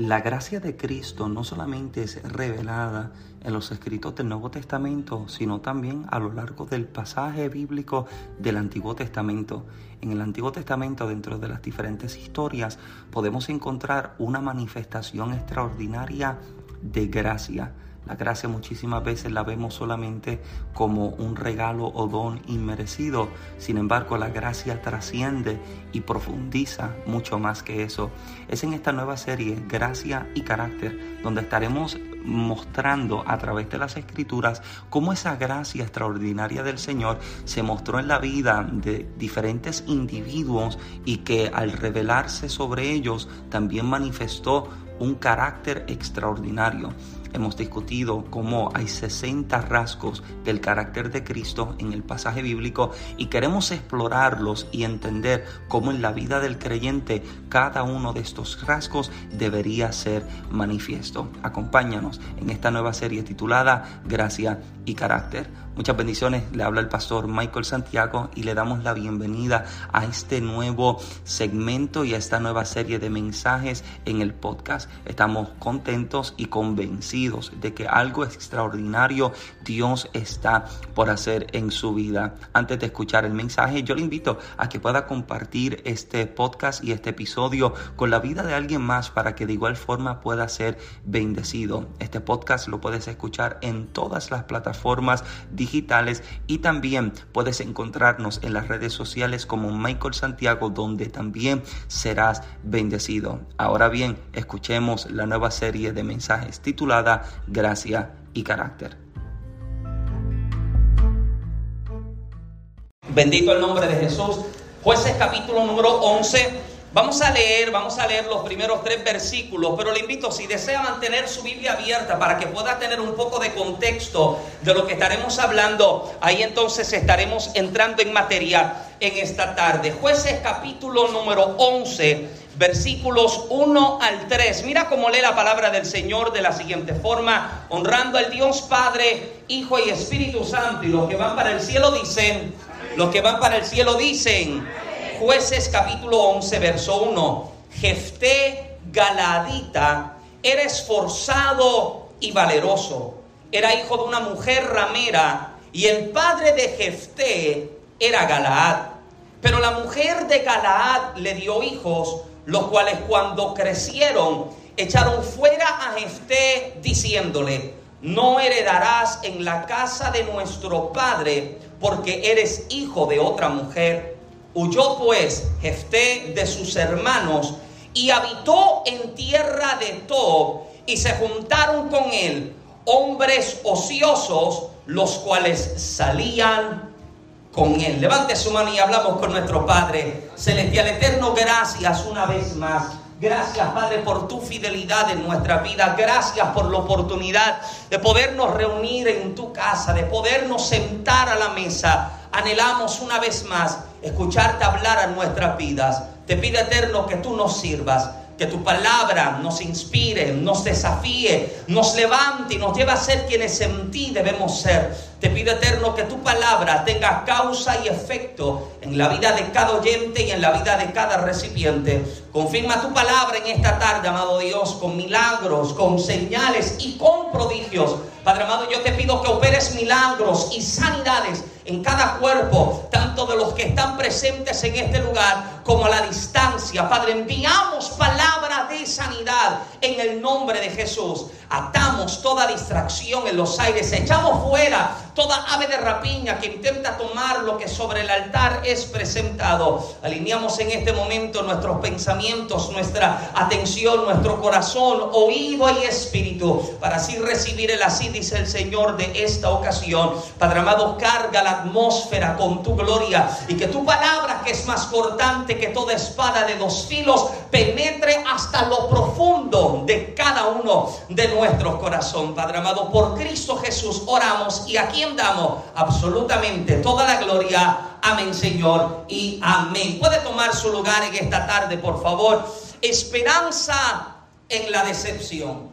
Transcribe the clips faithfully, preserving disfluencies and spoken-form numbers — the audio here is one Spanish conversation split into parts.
La gracia de Cristo no solamente es revelada en los escritos del Nuevo Testamento, sino también a lo largo del pasaje bíblico del Antiguo Testamento. En el Antiguo Testamento, dentro de las diferentes historias, podemos encontrar una manifestación extraordinaria de gracia. La gracia muchísimas veces la vemos solamente como un regalo o don inmerecido. Sin embargo, la gracia trasciende y profundiza mucho más que eso. Es en esta nueva serie, Gracia y Carácter, donde estaremos mostrando a través de las Escrituras cómo esa gracia extraordinaria del Señor se mostró en la vida de diferentes individuos y que al revelarse sobre ellos también manifestó un carácter extraordinario. Hemos discutido cómo hay sesenta rasgos del carácter de Cristo en el pasaje bíblico y queremos explorarlos y entender cómo en la vida del creyente cada uno de estos rasgos debería ser manifiesto. Acompáñanos en esta nueva serie titulada Gracia y Carácter. Muchas bendiciones, le habla el pastor Michael Santiago y le damos la bienvenida a este nuevo segmento y a esta nueva serie de mensajes en el podcast. Estamos contentos y convencidos de que algo extraordinario Dios está por hacer en su vida. Antes de escuchar el mensaje, yo le invito a que pueda compartir este podcast y este episodio con la vida de alguien más para que de igual forma pueda ser bendecido. Este podcast lo puedes escuchar en todas las plataformas digitales y también puedes encontrarnos en las redes sociales como Michael Santiago, donde también serás bendecido. Ahora bien, escuchemos la nueva serie de mensajes titulada Gracia y Carácter. Bendito el nombre de Jesús. Jueces capítulo número once. Vamos a leer, vamos a leer los primeros tres versículos, pero le invito, si desea mantener su Biblia abierta para que pueda tener un poco de contexto de lo que estaremos hablando, ahí entonces estaremos entrando en materia en esta tarde. Jueces capítulo número once, versículos uno al tres. Mira cómo lee la palabra del Señor de la siguiente forma: honrando al Dios Padre, Hijo y Espíritu Santo. Y los que van para el cielo dicen, los que van para el cielo dicen, Jueces capítulo once, verso uno. Jefté Galaadita era esforzado y valeroso. Era hijo de una mujer ramera y el padre de Jefté era Galaad. Pero la mujer de Galaad le dio hijos, los cuales cuando crecieron echaron fuera a Jefté diciéndole: no heredarás en la casa de nuestro padre, porque eres hijo de otra mujer. Huyó pues Jefté de sus hermanos y habitó en tierra de Tob, y se juntaron con él hombres ociosos, los cuales salían con él. Levante su mano y hablamos con nuestro Padre Celestial. Eterno, gracias una vez más. Gracias, Padre, por tu fidelidad en nuestra vida. Gracias por la oportunidad de podernos reunir en tu casa, de podernos sentar a la mesa. Anhelamos una vez más escucharte hablar a nuestras vidas. Te pido, Eterno, que tú nos sirvas, que tu palabra nos inspire, nos desafíe, nos levante y nos lleve a ser quienes en ti debemos ser. Te pido, Eterno, que tu palabra tenga causa y efecto en la vida de cada oyente y en la vida de cada recipiente. Confirma tu palabra en esta tarde, amado Dios, con milagros, con señales y con prodigios. Padre amado, yo te pido que operes milagros y sanidades en cada cuerpo, tanto de los que están presentes en este lugar como a la distancia. Padre, enviamos palabra de sanidad en el nombre de Jesús. Atamos toda distracción en los aires, echamos fuera toda ave de rapiña que intenta tomar lo que sobre el altar es presentado. Alineamos en este momento nuestros pensamientos, nuestra atención, nuestro corazón, oído y espíritu, para así recibir el así dice el Señor de esta ocasión. Padre amado, carga la atmósfera con tu gloria, y que tu palabra, que es más cortante que toda espada de dos filos, penetre hasta lo profundo de cada uno de nuestros corazones. Padre amado, por Cristo Jesús oramos, y a quien damos absolutamente toda la gloria. Amén, Señor, y amén. Puede tomar su lugar en esta tarde, por favor. Esperanza en la decepción.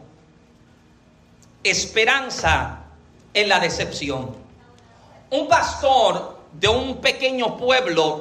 Esperanza en la decepción. Un pastor de un pequeño pueblo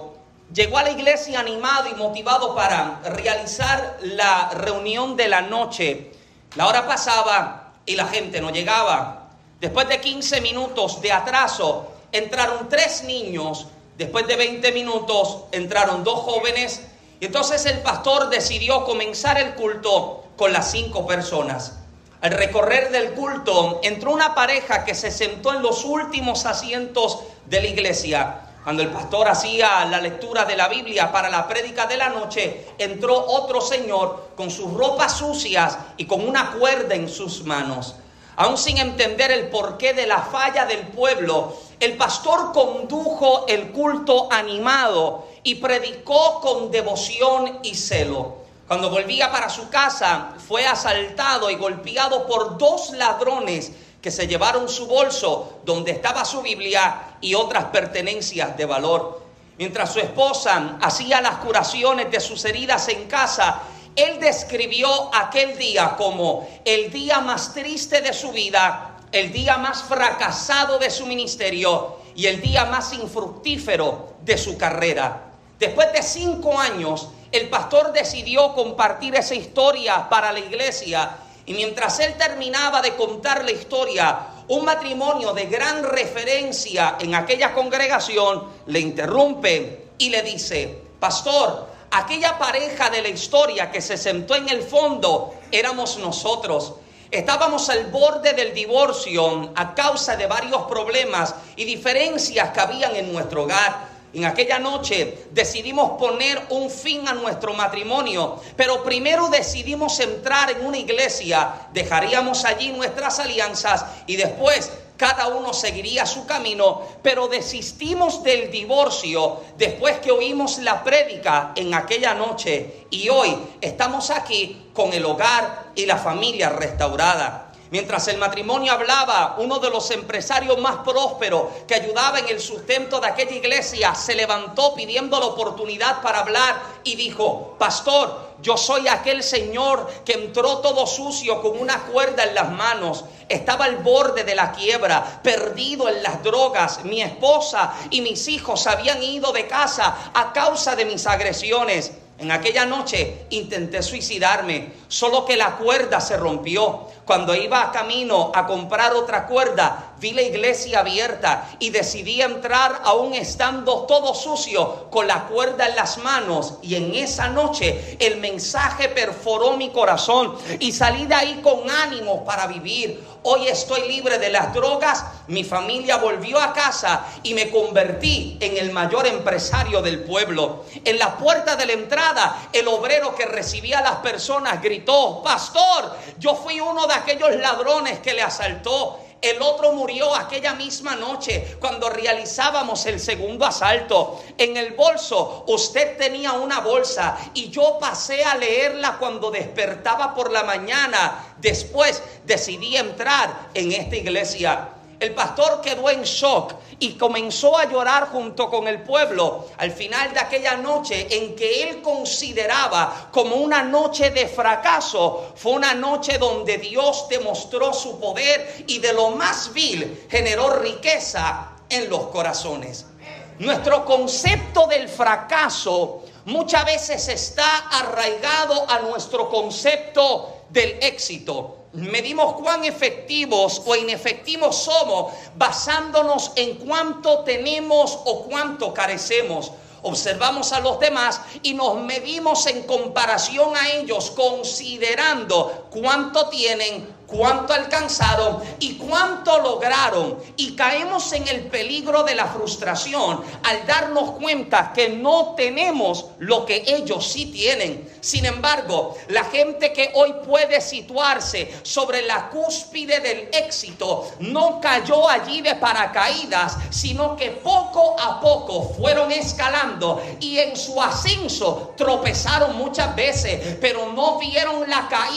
llegó a la iglesia animado y motivado para realizar la reunión de la noche. La hora pasaba y la gente no llegaba. Después de quince minutos de atraso, entraron tres niños. Después de veinte minutos, entraron dos jóvenes. Y entonces el pastor decidió comenzar el culto con las cinco personas. Al recorrer del culto, entró una pareja que se sentó en los últimos asientos de la iglesia. Cuando el pastor hacía la lectura de la Biblia para la prédica de la noche, entró otro señor con sus ropas sucias y con una cuerda en sus manos. Aún sin entender el porqué de la falla del pueblo, el pastor condujo el culto animado y predicó con devoción y celo. Cuando volvía para su casa, fue asaltado y golpeado por dos ladrones que se llevaron su bolso donde estaba su Biblia y otras pertenencias de valor. Mientras su esposa hacía las curaciones de sus heridas en casa, él describió aquel día como el día más triste de su vida, el día más fracasado de su ministerio y el día más infructífero de su carrera. Después de cinco años, el pastor decidió compartir esa historia para la iglesia. Y mientras él terminaba de contar la historia, un matrimonio de gran referencia en aquella congregación le interrumpe y le dice: pastor, aquella pareja de la historia que se sentó en el fondo éramos nosotros. Estábamos al borde del divorcio a causa de varios problemas y diferencias que habían en nuestro hogar. En aquella noche decidimos poner un fin a nuestro matrimonio, pero primero decidimos entrar en una iglesia, dejaríamos allí nuestras alianzas y después cada uno seguiría su camino, pero desistimos del divorcio después que oímos la prédica en aquella noche y hoy estamos aquí con el hogar y la familia restaurada. Mientras el matrimonio hablaba, uno de los empresarios más prósperos que ayudaba en el sustento de aquella iglesia se levantó pidiendo la oportunidad para hablar y dijo: pastor, yo soy aquel señor que entró todo sucio con una cuerda en las manos. Estaba al borde de la quiebra, perdido en las drogas. Mi esposa y mis hijos habían ido de casa a causa de mis agresiones. En aquella noche intenté suicidarme, solo que la cuerda se rompió. Cuando iba camino a comprar otra cuerda, vi la iglesia abierta y decidí entrar aún estando todo sucio con la cuerda en las manos. Y en esa noche el mensaje perforó mi corazón y salí de ahí con ánimo para vivir. Hoy estoy libre de las drogas, mi familia volvió a casa y me convertí en el mayor empresario del pueblo. En la puerta de la entrada, el obrero que recibía a las personas gritó: pastor, yo fui uno de aquellos ladrones que le asaltó. El otro murió aquella misma noche cuando realizábamos el segundo asalto. En el bolso usted tenía una bolsa y yo pasé a leerla cuando despertaba por la mañana. Después decidí entrar en esta iglesia. El pastor quedó en shock y comenzó a llorar junto con el pueblo al final de aquella noche en que él consideraba como una noche de fracaso. Fue una noche donde Dios demostró su poder y de lo más vil generó riqueza en los corazones. Nuestro concepto del fracaso muchas veces está arraigado a nuestro concepto del éxito. Medimos cuán efectivos o inefectivos somos basándonos en cuánto tenemos o cuánto carecemos. Observamos a los demás y nos medimos en comparación a ellos, considerando cuánto tienen, cuánto alcanzaron y cuánto lograron. Y caemos en el peligro de la frustración al darnos cuenta que no tenemos lo que ellos sí tienen. Sin embargo, la gente que hoy puede situarse sobre la cúspide del éxito no cayó allí de paracaídas, sino que poco a poco fueron escalando y en su ascenso tropezaron muchas veces, pero no vieron la caída como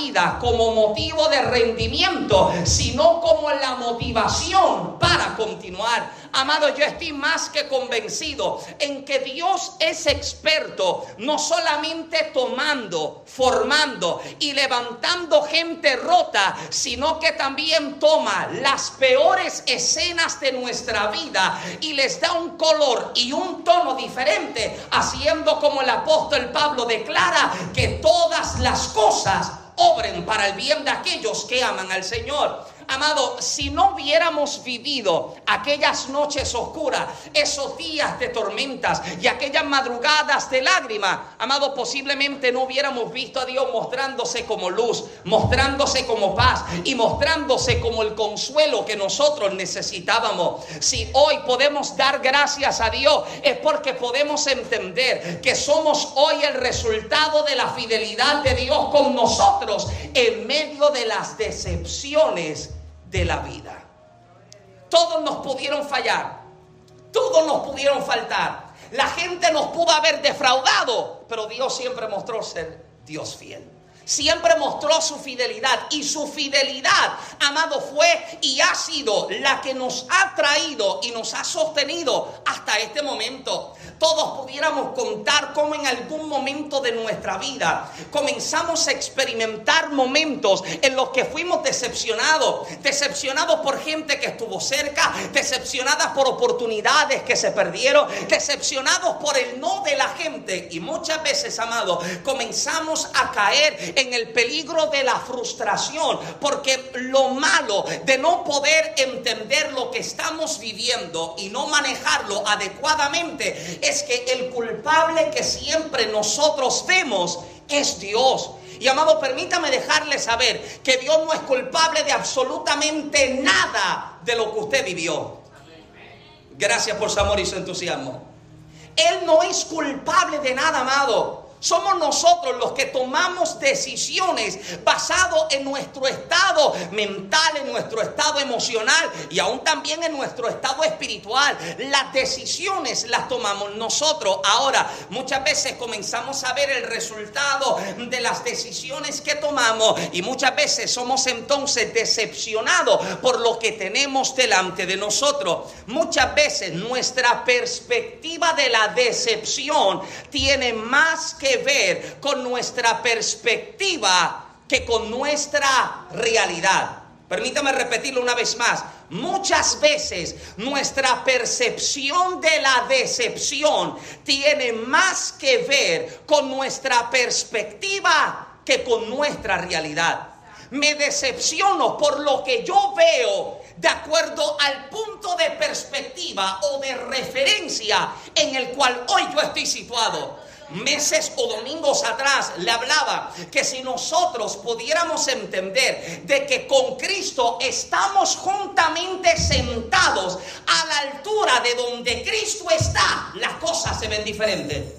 como motivo de rendimiento, sino como la motivación para continuar. Amado, yo estoy más que convencido en que Dios es experto, no solamente tomando, formando y levantando gente rota, sino que también toma las peores escenas de nuestra vida y les da un color y un tono diferente, haciendo como el apóstol Pablo declara que todas las cosas obren para el bien de aquellos que aman al Señor. Amado, si no hubiéramos vivido aquellas noches oscuras, esos días de tormentas y aquellas madrugadas de lágrimas, amado, posiblemente no hubiéramos visto a Dios mostrándose como luz, mostrándose como paz y mostrándose como el consuelo que nosotros necesitábamos. Si hoy podemos dar gracias a Dios, es porque podemos entender que somos hoy el resultado de la fidelidad de Dios con nosotros en medio de las decepciones de la vida. Todos nos pudieron fallar, todos nos pudieron faltar, la gente nos pudo haber defraudado, pero Dios siempre mostró ser Dios fiel. Siempre mostró su fidelidad, y su fidelidad, amado, fue y ha sido la que nos ha traído y nos ha sostenido hasta este momento. Todos pudiéramos contar cómo en algún momento de nuestra vida comenzamos a experimentar momentos en los que fuimos decepcionados, decepcionados por gente que estuvo cerca, decepcionadas por oportunidades que se perdieron, decepcionados por el no de la gente, y muchas veces, amado, comenzamos a caer en el peligro de la frustración, porque lo malo de no poder entender lo que estamos viviendo y no manejarlo adecuadamente es que el culpable que siempre nosotros vemos es Dios. Y amado, permítame dejarle saber que Dios no es culpable de absolutamente nada de lo que usted vivió. Gracias por su amor y su entusiasmo. Él no es culpable de nada, amado. Somos nosotros los que tomamos decisiones basado en nuestro estado mental, en nuestro estado emocional y aún también en nuestro estado espiritual. Las decisiones las tomamos nosotros. Ahora, muchas veces comenzamos a ver el resultado de las decisiones que tomamos y muchas veces somos entonces decepcionados por lo que tenemos delante de nosotros. Muchas veces nuestra perspectiva de la decepción tiene más que ver con nuestra perspectiva que con nuestra realidad. Permítame repetirlo una vez más. Muchas veces nuestra percepción de la decepción tiene más que ver con nuestra perspectiva que con nuestra realidad. Me decepciono por lo que yo veo de acuerdo al punto de perspectiva o de referencia en el cual hoy yo estoy situado. Meses o domingos atrás le hablaba que si nosotros pudiéramos entender de que con Cristo estamos juntamente sentados a la altura de donde Cristo está, las cosas se ven diferentes.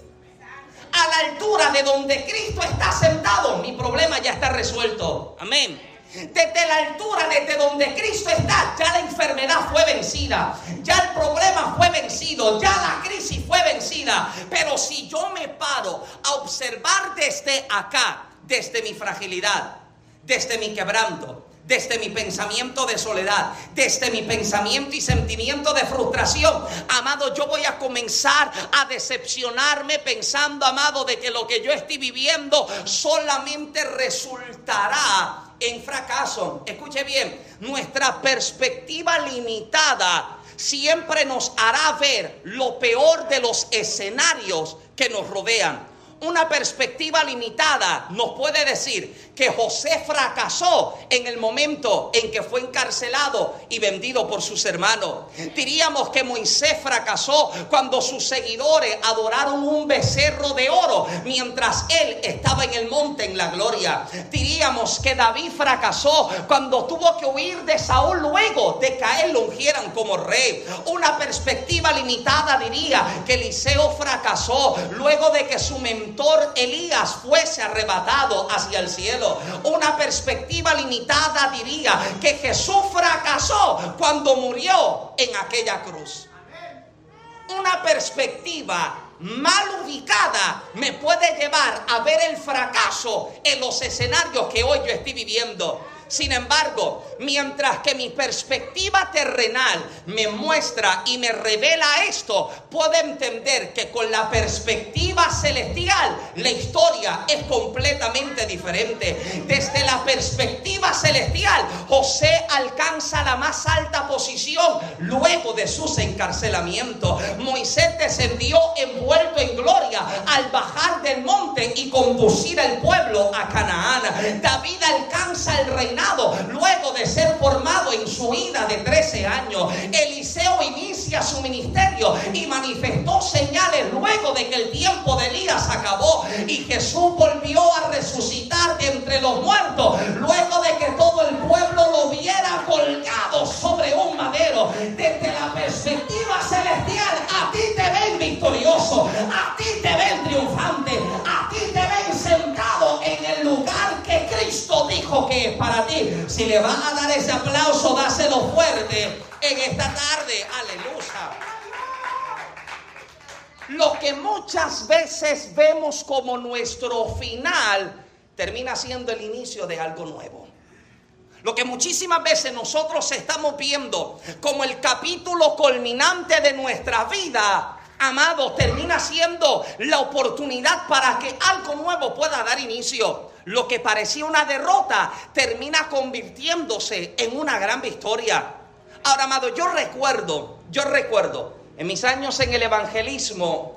A la altura de donde Cristo está sentado, mi problema ya está resuelto. Amén. Desde la altura, desde donde Cristo está, ya la enfermedad fue vencida, ya el problema fue vencido, ya la crisis fue vencida. Pero si yo me paro a observar desde acá, desde mi fragilidad, desde mi quebranto, desde mi pensamiento de soledad, desde mi pensamiento y sentimiento de frustración, amado, yo voy a comenzar a decepcionarme pensando, amado, de que lo que yo estoy viviendo solamente resultará en fracaso. Escuche bien, nuestra perspectiva limitada siempre nos hará ver lo peor de los escenarios que nos rodean. Una perspectiva limitada nos puede decir que José fracasó en el momento en que fue encarcelado y vendido por sus hermanos. Diríamos que Moisés fracasó cuando sus seguidores adoraron un becerro de oro mientras él estaba en el monte en la gloria. Diríamos que David fracasó cuando tuvo que huir de Saúl luego de que a él lo ungieran como rey. Una perspectiva limitada diría que Eliseo fracasó luego de que su mentor Elías fuese arrebatado hacia el cielo. Una perspectiva limitada diría que Jesús fracasó cuando murió en aquella cruz. Una perspectiva mal ubicada me puede llevar a ver el fracaso en los escenarios que hoy yo estoy viviendo. Sin embargo, mientras que mi perspectiva terrenal me muestra y me revela esto, puedo entender que con la perspectiva celestial la historia es completamente diferente. Desde la perspectiva celestial, José alcanza la más alta posición luego de sus encarcelamientos. Moisés descendió envuelto en gloria al bajar del monte y conducir al pueblo a Canaán. David alcanza el reinado luego de ser formado en su ida de trece años. Eliseo inicia su ministerio y manifestó señales luego de que el tiempo de Elías acabó, y Jesús volvió a resucitar de entre los muertos luego de que todo el pueblo lo viera colgado sobre un madero. Desde la perspectiva celestial, a ti te ven victorioso, a ti te ven triunfante, a ti te ven sentado en el lugar que Cristo dijo que es para ti. Si le vas a dar ese aplauso, dáselo fuerte en esta tarde. Aleluya. Lo que muchas veces vemos como nuestro final termina siendo el inicio de algo nuevo. Lo que muchísimas veces nosotros estamos viendo como el capítulo culminante de nuestra vida, amado, termina siendo la oportunidad para que algo nuevo pueda dar inicio. Lo que parecía una derrota termina convirtiéndose en una gran victoria. Ahora, amado, yo recuerdo, yo recuerdo, en mis años en el evangelismo,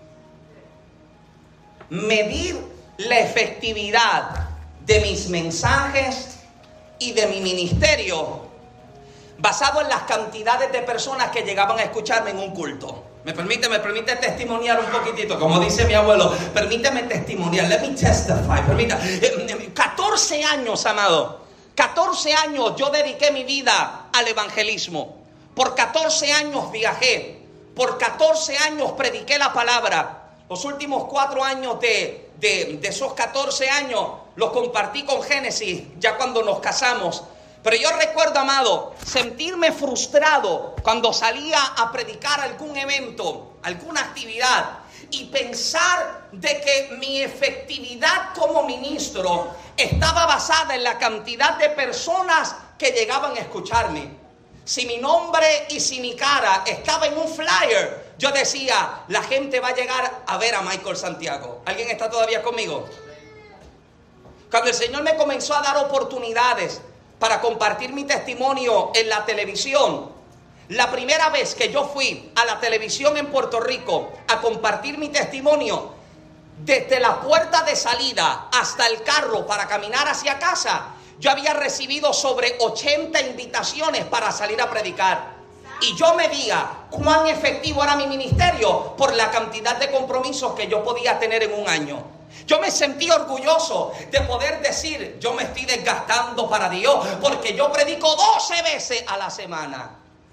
medir la efectividad de mis mensajes y de mi ministerio basado en las cantidades de personas que llegaban a escucharme en un culto. Me permite, me permite testimoniar un poquitito, como dice mi abuelo, permíteme testimoniar, let me testify, permítame. catorce años, amado, catorce años yo dediqué mi vida al evangelismo. Por catorce años viajé, por catorce años prediqué la palabra. Los últimos cuatro años de, de, de esos catorce años los compartí con Génesis, ya cuando nos casamos. Pero yo recuerdo, amado, sentirme frustrado cuando salía a predicar algún evento, alguna actividad, y pensar de que mi efectividad como ministro estaba basada en la cantidad de personas que llegaban a escucharme. Si mi nombre y si mi cara estaba en un flyer, yo decía, la gente va a llegar a ver a Michael Santiago. ¿Alguien está todavía conmigo? Cuando el Señor me comenzó a dar oportunidades para compartir mi testimonio en la televisión, la primera vez que yo fui a la televisión en Puerto Rico a compartir mi testimonio, desde la puerta de salida hasta el carro para caminar hacia casa, yo había recibido sobre ochenta invitaciones para salir a predicar. Y yo medía cuán efectivo era mi ministerio por la cantidad de compromisos que yo podía tener en un año. Yo me sentí orgulloso de poder decir, yo me estoy desgastando para Dios, porque yo predico doce veces a la semana.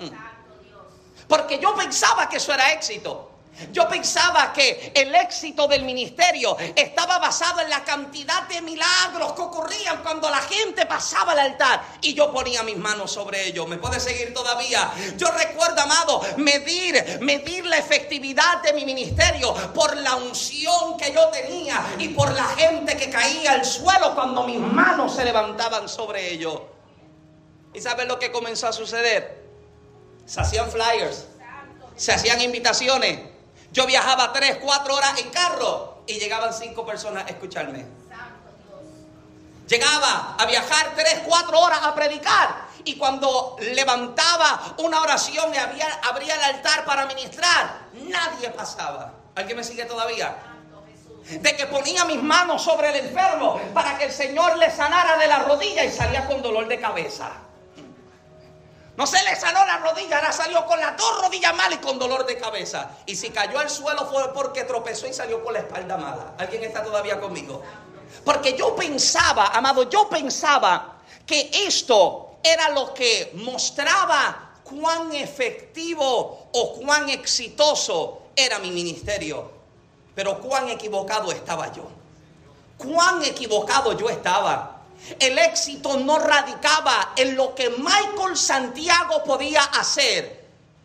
Porque yo pensaba que eso era éxito. Yo pensaba que el éxito del ministerio estaba basado en la cantidad de milagros que ocurrían cuando la gente pasaba al altar y yo ponía mis manos sobre ellos. ¿Me puede seguir todavía? Yo recuerdo, amado, medir, medir la efectividad de mi ministerio por la unción que yo tenía y por la gente que caía al suelo cuando mis manos se levantaban sobre ellos. ¿Y sabes lo que comenzó a suceder? Se hacían flyers, se hacían invitaciones. Yo viajaba tres, cuatro horas en carro y llegaban cinco personas a escucharme. Llegaba a viajar tres, cuatro horas a predicar y cuando levantaba una oración y había, abría el altar para ministrar, nadie pasaba. ¿Alguien me sigue todavía? De que ponía mis manos sobre el enfermo para que el Señor le sanara de la rodilla y salía con dolor de cabeza. No se le sanó la rodilla, ahora salió con las dos rodillas malas y con dolor de cabeza. Y si cayó al suelo fue porque tropezó y salió con la espalda mala. ¿Alguien está todavía conmigo? Porque yo pensaba, amado, yo pensaba que esto era lo que mostraba cuán efectivo o cuán exitoso era mi ministerio. Pero cuán equivocado estaba yo. Cuán equivocado yo estaba. El éxito no radicaba en lo que Michael Santiago podía hacer,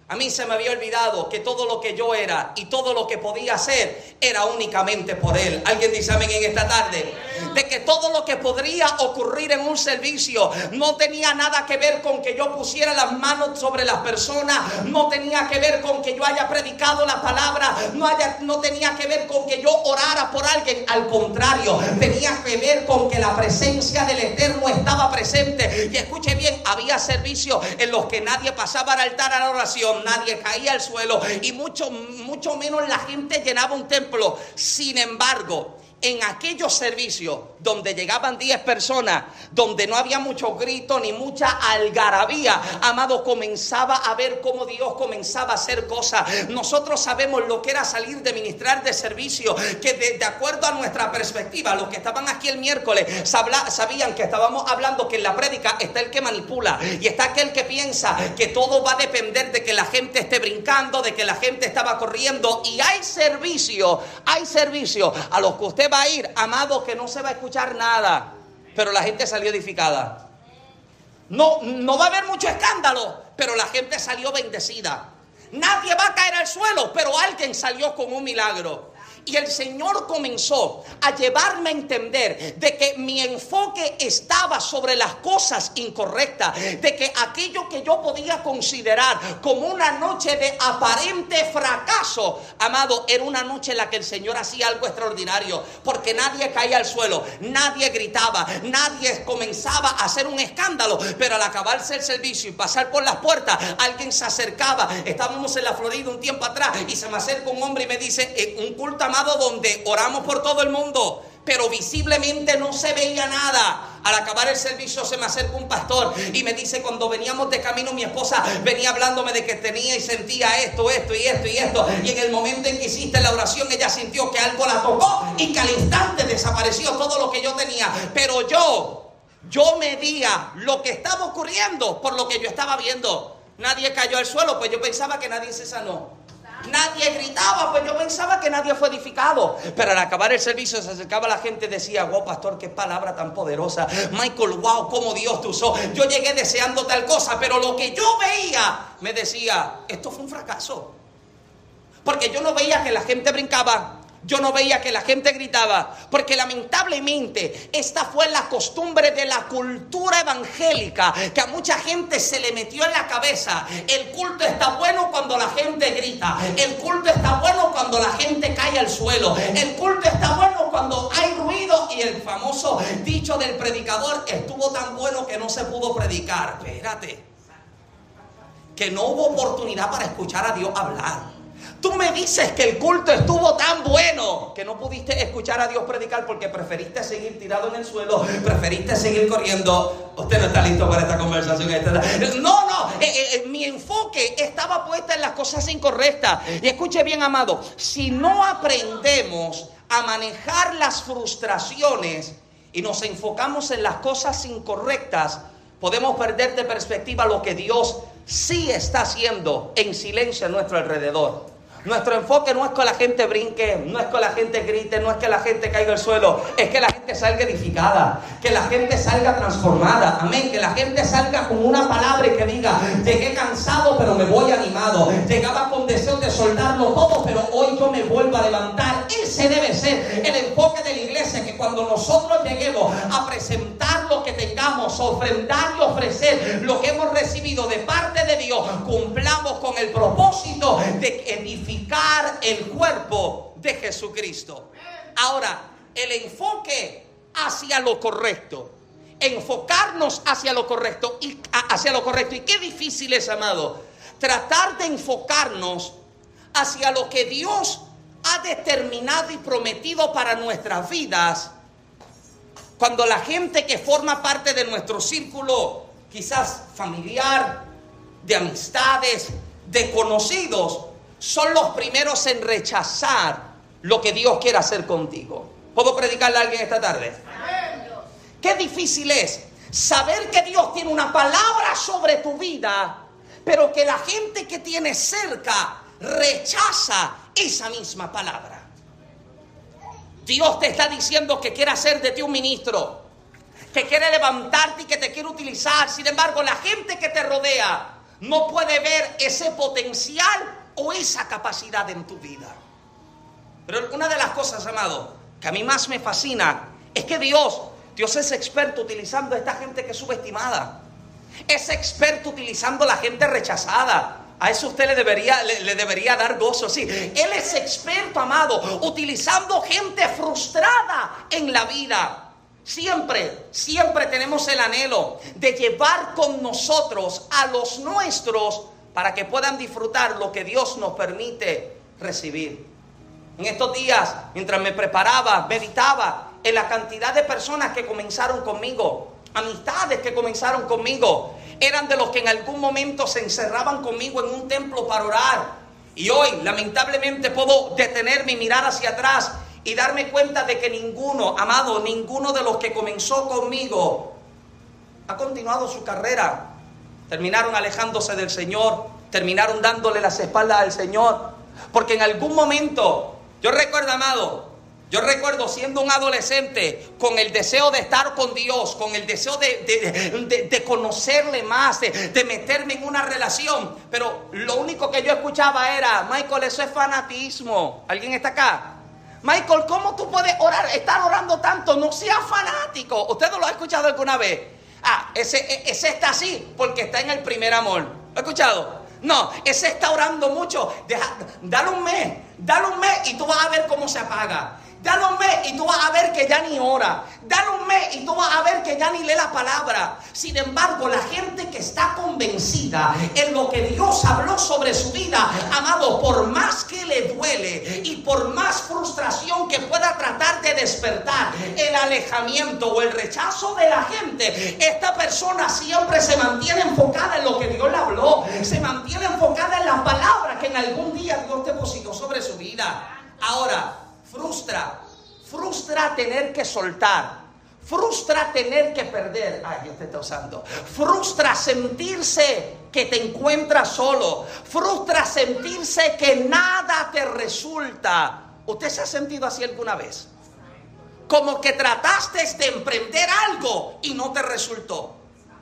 A mí se me había olvidado que todo lo que yo era y todo lo que podía hacer era únicamente por Él. ¿Alguien dice amén en esta tarde? De que todo lo que podría ocurrir en un servicio no tenía nada que ver con que yo pusiera las manos sobre las personas, no tenía que ver con que yo haya predicado la palabra, no, haya, no tenía que ver con que yo orara por alguien. Al contrario, tenía que ver con que la presencia del Eterno estaba presente. Y escuche bien, había servicios en los que nadie pasaba al altar a la oración, nadie caía al suelo y mucho, mucho menos la gente llenaba un templo. Sin embargo, en aquellos servicios donde llegaban diez personas, donde no había mucho grito ni mucha algarabía, amado, comenzaba a ver cómo Dios comenzaba a hacer cosas. Nosotros sabemos lo que era salir de ministrar de servicio, que de, de acuerdo a nuestra perspectiva, los que estaban aquí el miércoles sabla, sabían que estábamos hablando que en la prédica está el que manipula y está aquel que piensa que todo va a depender de que la gente esté brincando, de que la gente estaba corriendo. Y hay servicio, hay servicio a los que usted va a ir, amado, que no se va a escuchar nada, pero la gente salió edificada. No, no va a haber mucho escándalo, pero la gente salió bendecida. Nadie va a caer al suelo, pero alguien salió con un milagro. Y el Señor comenzó a llevarme a entender de que mi enfoque estaba sobre las cosas incorrectas, de que aquello que yo podía considerar como una noche de aparente fracaso, amado, era una noche en la que el Señor hacía algo extraordinario, porque nadie caía al suelo, nadie gritaba, nadie comenzaba a hacer un escándalo, pero al acabarse el servicio y pasar por las puertas, alguien se acercaba. Estábamos en la Florida un tiempo atrás y se me acerca un hombre y me dice, en un culto amado donde oramos por todo el mundo, pero visiblemente no se veía nada. Al acabar el servicio se me acerca un pastor y me dice, cuando veníamos de camino mi esposa venía hablándome de que tenía y sentía esto, esto y esto y esto, y en el momento en que hiciste la oración ella sintió que algo la tocó y que al instante desapareció todo lo que yo tenía. Pero yo, yo medía lo que estaba ocurriendo por lo que yo estaba viendo. Nadie cayó al suelo, pues yo pensaba que nadie se sanó. Nadie gritaba, pues yo pensaba que nadie fue edificado. Pero al acabar el servicio se acercaba la gente y decía, wow, pastor, qué palabra tan poderosa. Michael, wow, cómo Dios te usó. Yo llegué deseando tal cosa, pero lo que yo veía me decía, esto fue un fracaso. Porque yo no veía que la gente brincaba, yo no veía que la gente gritaba, porque lamentablemente esta fue la costumbre de la cultura evangélica, que a mucha gente se le metió en la cabeza. El culto está bueno cuando la gente grita, el culto está bueno cuando la gente cae al suelo, el culto está bueno cuando hay ruido, y el famoso dicho del predicador, estuvo tan bueno que no se pudo predicar. Espérate, que no hubo oportunidad para escuchar a Dios hablar. Tú me dices que el culto estuvo tan bueno que no pudiste escuchar a Dios predicar porque preferiste seguir tirado en el suelo, preferiste seguir corriendo. Usted no está listo para esta conversación. No, no, eh, eh, mi enfoque estaba puesta en las cosas incorrectas. Y escuche bien, amado, si no aprendemos a manejar las frustraciones y nos enfocamos en las cosas incorrectas, podemos perder de perspectiva lo que Dios sí está haciendo en silencio a nuestro alrededor. Nuestro enfoque no es que la gente brinque, no es que la gente grite, no es que la gente caiga al suelo, es que la gente salga edificada, que la gente salga transformada, amén, que la gente salga con una palabra y que diga, llegué cansado pero me voy animado, llegaba con deseo de soltarlo todo pero hoy yo me vuelvo a levantar. Ese debe ser el enfoque de la iglesia, que cuando nosotros lleguemos a presentar lo que tengamos, ofrendar y ofrecer lo que hemos recibido de parte de Dios, cumplamos con el propósito de edificar el cuerpo de Jesucristo. Ahora, el enfoque hacia lo correcto, enfocarnos hacia lo correcto y hacia lo correcto. Y qué difícil es, amado, tratar de enfocarnos hacia lo que Dios ha determinado y prometido para nuestras vidas, cuando la gente que forma parte de nuestro círculo, quizás familiar, de amistades, de conocidos, son los primeros en rechazar lo que Dios quiere hacer contigo. ¿Puedo predicarle a alguien esta tarde? Qué difícil es saber que Dios tiene una palabra sobre tu vida, pero que la gente que tienes cerca rechaza esa misma palabra. Dios te está diciendo que quiere hacer de ti un ministro, que quiere levantarte y que te quiere utilizar. Sin embargo, la gente que te rodea no puede ver ese potencial o esa capacidad en tu vida. Pero una de las cosas, amado, que a mí más me fascina es que Dios, Dios es experto utilizando a esta gente que es subestimada. Es experto utilizando a la gente rechazada. A eso usted le debería, le, le debería dar gozo, sí. Él es experto, amado, utilizando gente frustrada en la vida. Siempre, siempre tenemos el anhelo de llevar con nosotros a los nuestros para que puedan disfrutar lo que Dios nos permite recibir. En estos días, mientras me preparaba, meditaba en la cantidad de personas que comenzaron conmigo, amistades que comenzaron conmigo. Eran de los que en algún momento se encerraban conmigo en un templo para orar. Y hoy, lamentablemente, puedo detenerme y mirar hacia atrás y darme cuenta de que ninguno, amado, ninguno de los que comenzó conmigo ha continuado su carrera. Terminaron alejándose del Señor, terminaron dándole las espaldas al Señor. Porque en algún momento, yo recuerdo, amado, yo recuerdo siendo un adolescente con el deseo de estar con Dios, con el deseo de, de, de, de conocerle más, de, de meterme en una relación. Pero lo único que yo escuchaba era: Michael, eso es fanatismo. ¿Alguien está acá? Michael, ¿cómo tú puedes orar, estar orando tanto? No seas fanático. ¿Usted no lo ha escuchado alguna vez? Ah, ese, ese está así porque está en el primer amor. ¿Lo ha escuchado? No, ese está orando mucho. Deja, dale un mes, dale un mes y tú vas a ver cómo se apaga. Dale un mes y tú vas a ver que ya ni ora. Dale un mes y tú vas a ver que ya ni lee la palabra. Sin embargo, la gente que está convencida en lo que Dios habló sobre su vida, amado, por más que le duele y por más frustración que pueda tratar de despertar el alejamiento o el rechazo de la gente, esta persona siempre se mantiene enfocada en lo que Dios le habló. Se mantiene enfocada en la palabra que en algún día Dios depositó sobre su vida. Ahora, Frustra, frustra tener que soltar, frustra tener que perder. Ay, Dios te está usando. Frustra sentirse que te encuentras solo, frustra sentirse que nada te resulta. ¿Usted se ha sentido así alguna vez? Como que trataste de emprender algo y no te resultó.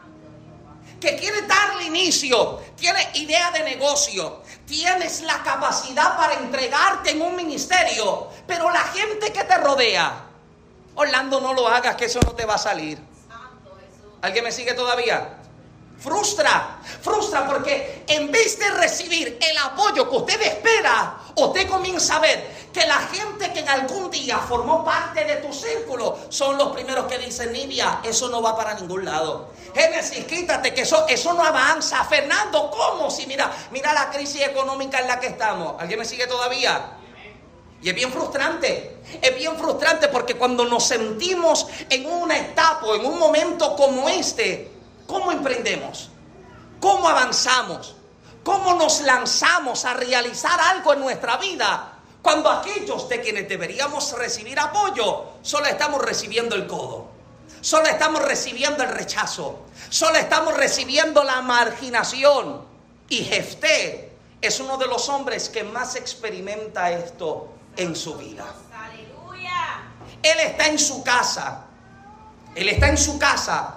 Que quieres darle inicio, tienes idea de negocio, tienes la capacidad para entregarte en un ministerio, pero la gente que te rodea: Orlando, no lo hagas, que eso no te va a salir. ¿Alguien me sigue todavía? Frustra, frustra porque en vez de recibir el apoyo que usted espera, usted comienza a ver que la gente que en algún día formó parte de tu círculo son los primeros que dicen: Nidia, eso no va para ningún lado. Génesis, quítate, que eso, eso no avanza. Fernando, ¿cómo? Si mira, mira la crisis económica en la que estamos. ¿Alguien me sigue todavía? Y es bien frustrante, es bien frustrante porque cuando nos sentimos en una etapa, en un momento como este, ¿cómo emprendemos? ¿Cómo avanzamos? ¿Cómo nos lanzamos a realizar algo en nuestra vida? Cuando aquellos de quienes deberíamos recibir apoyo, solo estamos recibiendo el codo, solo estamos recibiendo el rechazo, solo estamos recibiendo la marginación. Y Jefté es uno de los hombres que más experimenta esto en su vida. ¡Aleluya! Él está en su casa, él está en su casa,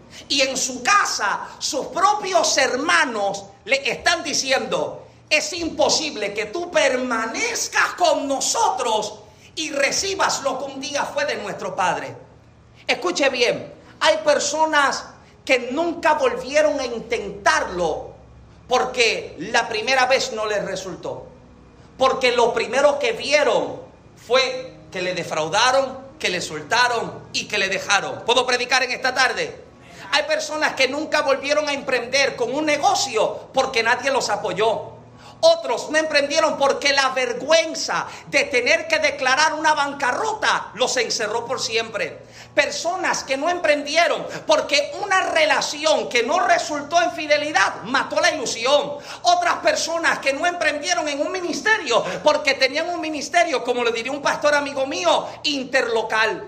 y en su casa sus propios hermanos le están diciendo: es imposible que tú permanezcas con nosotros y recibas lo que un día fue de nuestro padre. Escuche bien, hay personas que nunca volvieron a intentarlo porque la primera vez no les resultó. Porque lo primero que vieron fue que le defraudaron, que le soltaron y que le dejaron. ¿Puedo predicar en esta tarde? Hay personas que nunca volvieron a emprender con un negocio porque nadie los apoyó. Otros no emprendieron porque la vergüenza de tener que declarar una bancarrota los encerró por siempre. Personas que no emprendieron porque una relación que no resultó en fidelidad mató la ilusión. Otras personas que no emprendieron en un ministerio porque tenían un ministerio, como le diría un pastor amigo mío, interlocal.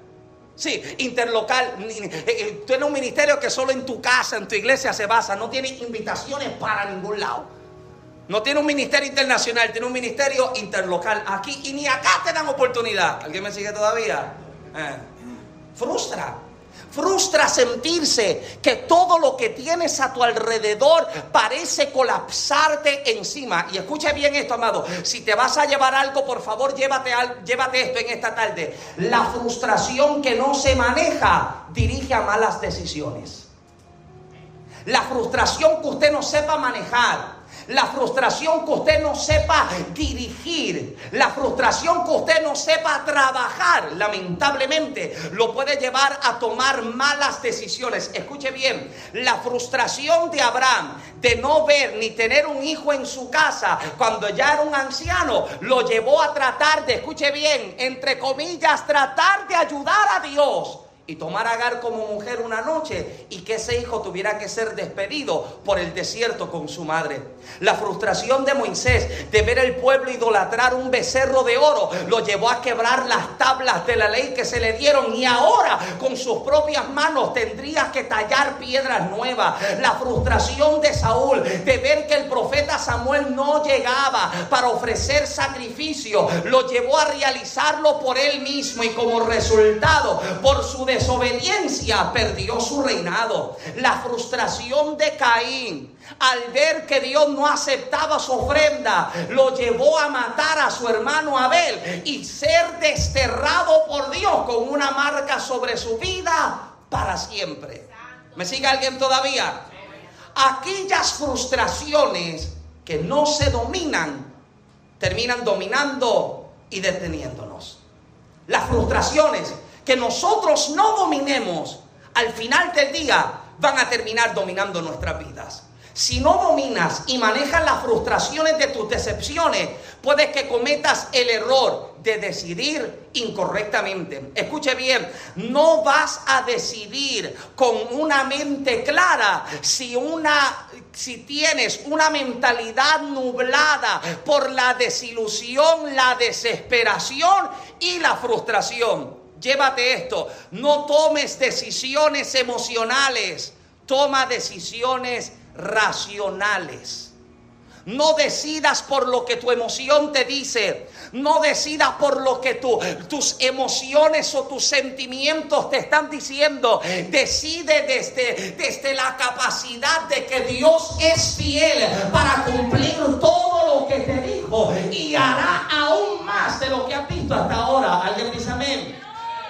Sí, interlocal. Tiene un ministerio que solo en tu casa, en tu iglesia se basa. No tiene invitaciones para ningún lado. No tiene un ministerio internacional, tiene un ministerio interlocal aquí, y ni acá te dan oportunidad. ¿Alguien me sigue todavía? Eh. Frustra, Frustra sentirse que todo lo que tienes a tu alrededor parece colapsarte encima. Y escuche bien esto, amado. Si te vas a llevar algo, por favor, llévate, al, llévate esto en esta tarde. La frustración que no se maneja dirige a malas decisiones. La frustración que usted no sepa manejar, la frustración que usted no sepa dirigir, la frustración que usted no sepa trabajar, lamentablemente lo puede llevar a tomar malas decisiones. Escuche bien, la frustración de Abraham de no ver ni tener un hijo en su casa cuando ya era un anciano, lo llevó a tratar de, escuche bien, entre comillas, tratar de ayudar a Dios. Y tomar a Agar como mujer una noche y que ese hijo tuviera que ser despedido por el desierto con su madre. La frustración de Moisés de ver el pueblo idolatrar un becerro de oro lo llevó a quebrar las tablas de la ley que se le dieron, y ahora con sus propias manos tendría que tallar piedras nuevas. La frustración de Saúl de ver que el profeta Samuel no llegaba para ofrecer sacrificio lo llevó a realizarlo por él mismo, y como resultado, por su desobediencia, perdió su reinado. La frustración de Caín al ver que Dios no aceptaba su ofrenda lo llevó a matar a su hermano Abel y ser desterrado por Dios con una marca sobre su vida para siempre. ¿Me sigue alguien todavía? Aquellas frustraciones que no se dominan terminan dominando y deteniéndonos. Las frustraciones que nosotros no dominemos, al final del día van a terminar dominando nuestras vidas. Si no dominas y manejas las frustraciones de tus decepciones, puede que cometas el error de decidir incorrectamente. Escuche bien, no vas a decidir con una mente clara si una... Si tienes una mentalidad nublada por la desilusión, la desesperación y la frustración. Llévate esto, no tomes decisiones emocionales, toma decisiones racionales. No decidas por lo que tu emoción te dice. No decidas por lo que tu, tus emociones o tus sentimientos te están diciendo. Decide desde, desde la capacidad de que Dios es fiel para cumplir todo lo que te dijo, y hará aún más de lo que has visto hasta ahora. ¿Alguien dice amén?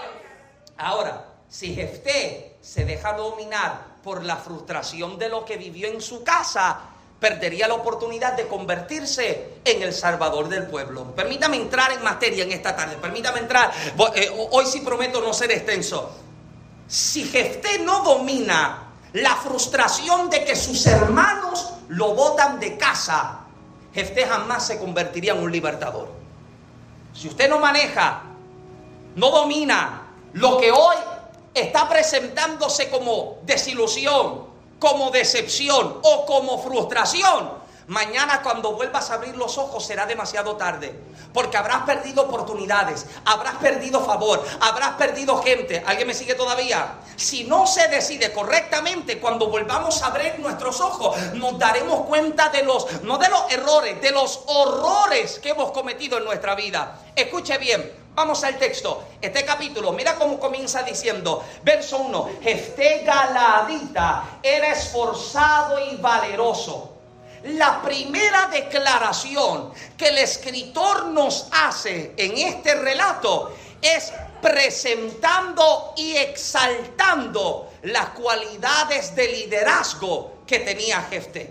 Ahora, si Jefté se deja dominar por la frustración de lo que vivió en su casa, perdería la oportunidad de convertirse en el salvador del pueblo. Permítame entrar en materia en esta tarde. Permítame entrar. Hoy sí prometo no ser extenso. Si Jefté no domina la frustración de que sus hermanos lo botan de casa, Jefté jamás se convertiría en un libertador. Si usted no maneja, no domina lo que hoy está presentándose como desilusión, como decepción o como frustración, mañana cuando vuelvas a abrir los ojos será demasiado tarde, porque habrás perdido oportunidades, habrás perdido favor, habrás perdido gente. ¿Alguien me sigue todavía? Si no se decide correctamente, cuando volvamos a abrir nuestros ojos, nos daremos cuenta de los, no de los errores, de los horrores que hemos cometido en nuestra vida. Escuche bien. Vamos al texto, este capítulo, mira cómo comienza diciendo, verso uno, Jefté Galaadita era esforzado y valeroso. La primera declaración que el escritor nos hace en este relato es presentando y exaltando las cualidades de liderazgo que tenía Jefté.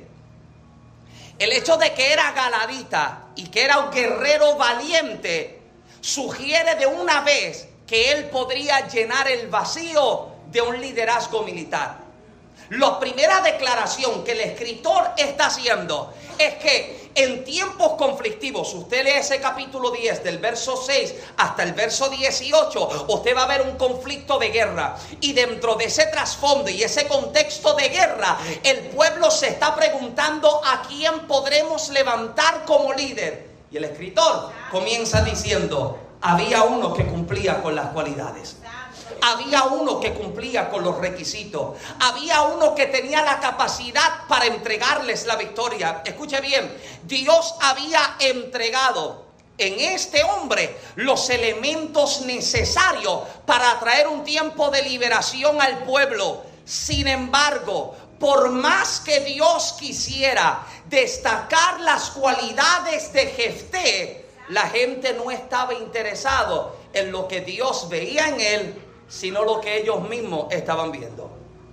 El hecho de que era Galaadita y que era un guerrero valiente sugiere de una vez que él podría llenar el vacío de un liderazgo militar. La primera declaración que el escritor está haciendo es que en tiempos conflictivos, usted lee ese capítulo diez del verso seis hasta el verso dieciocho, usted va a ver un conflicto de guerra, y dentro de ese trasfondo y ese contexto de guerra, el pueblo se está preguntando a quién podremos levantar como líder. Y el escritor comienza diciendo, había uno que cumplía con las cualidades. Había uno que cumplía con los requisitos. Había uno que tenía la capacidad para entregarles la victoria. Escuche bien, Dios había entregado en este hombre los elementos necesarios para traer un tiempo de liberación al pueblo. Sin embargo, por más que Dios quisiera destacar las cualidades de Jefté, la gente no estaba interesado en lo que Dios veía en él, sino lo que ellos mismos estaban viendo.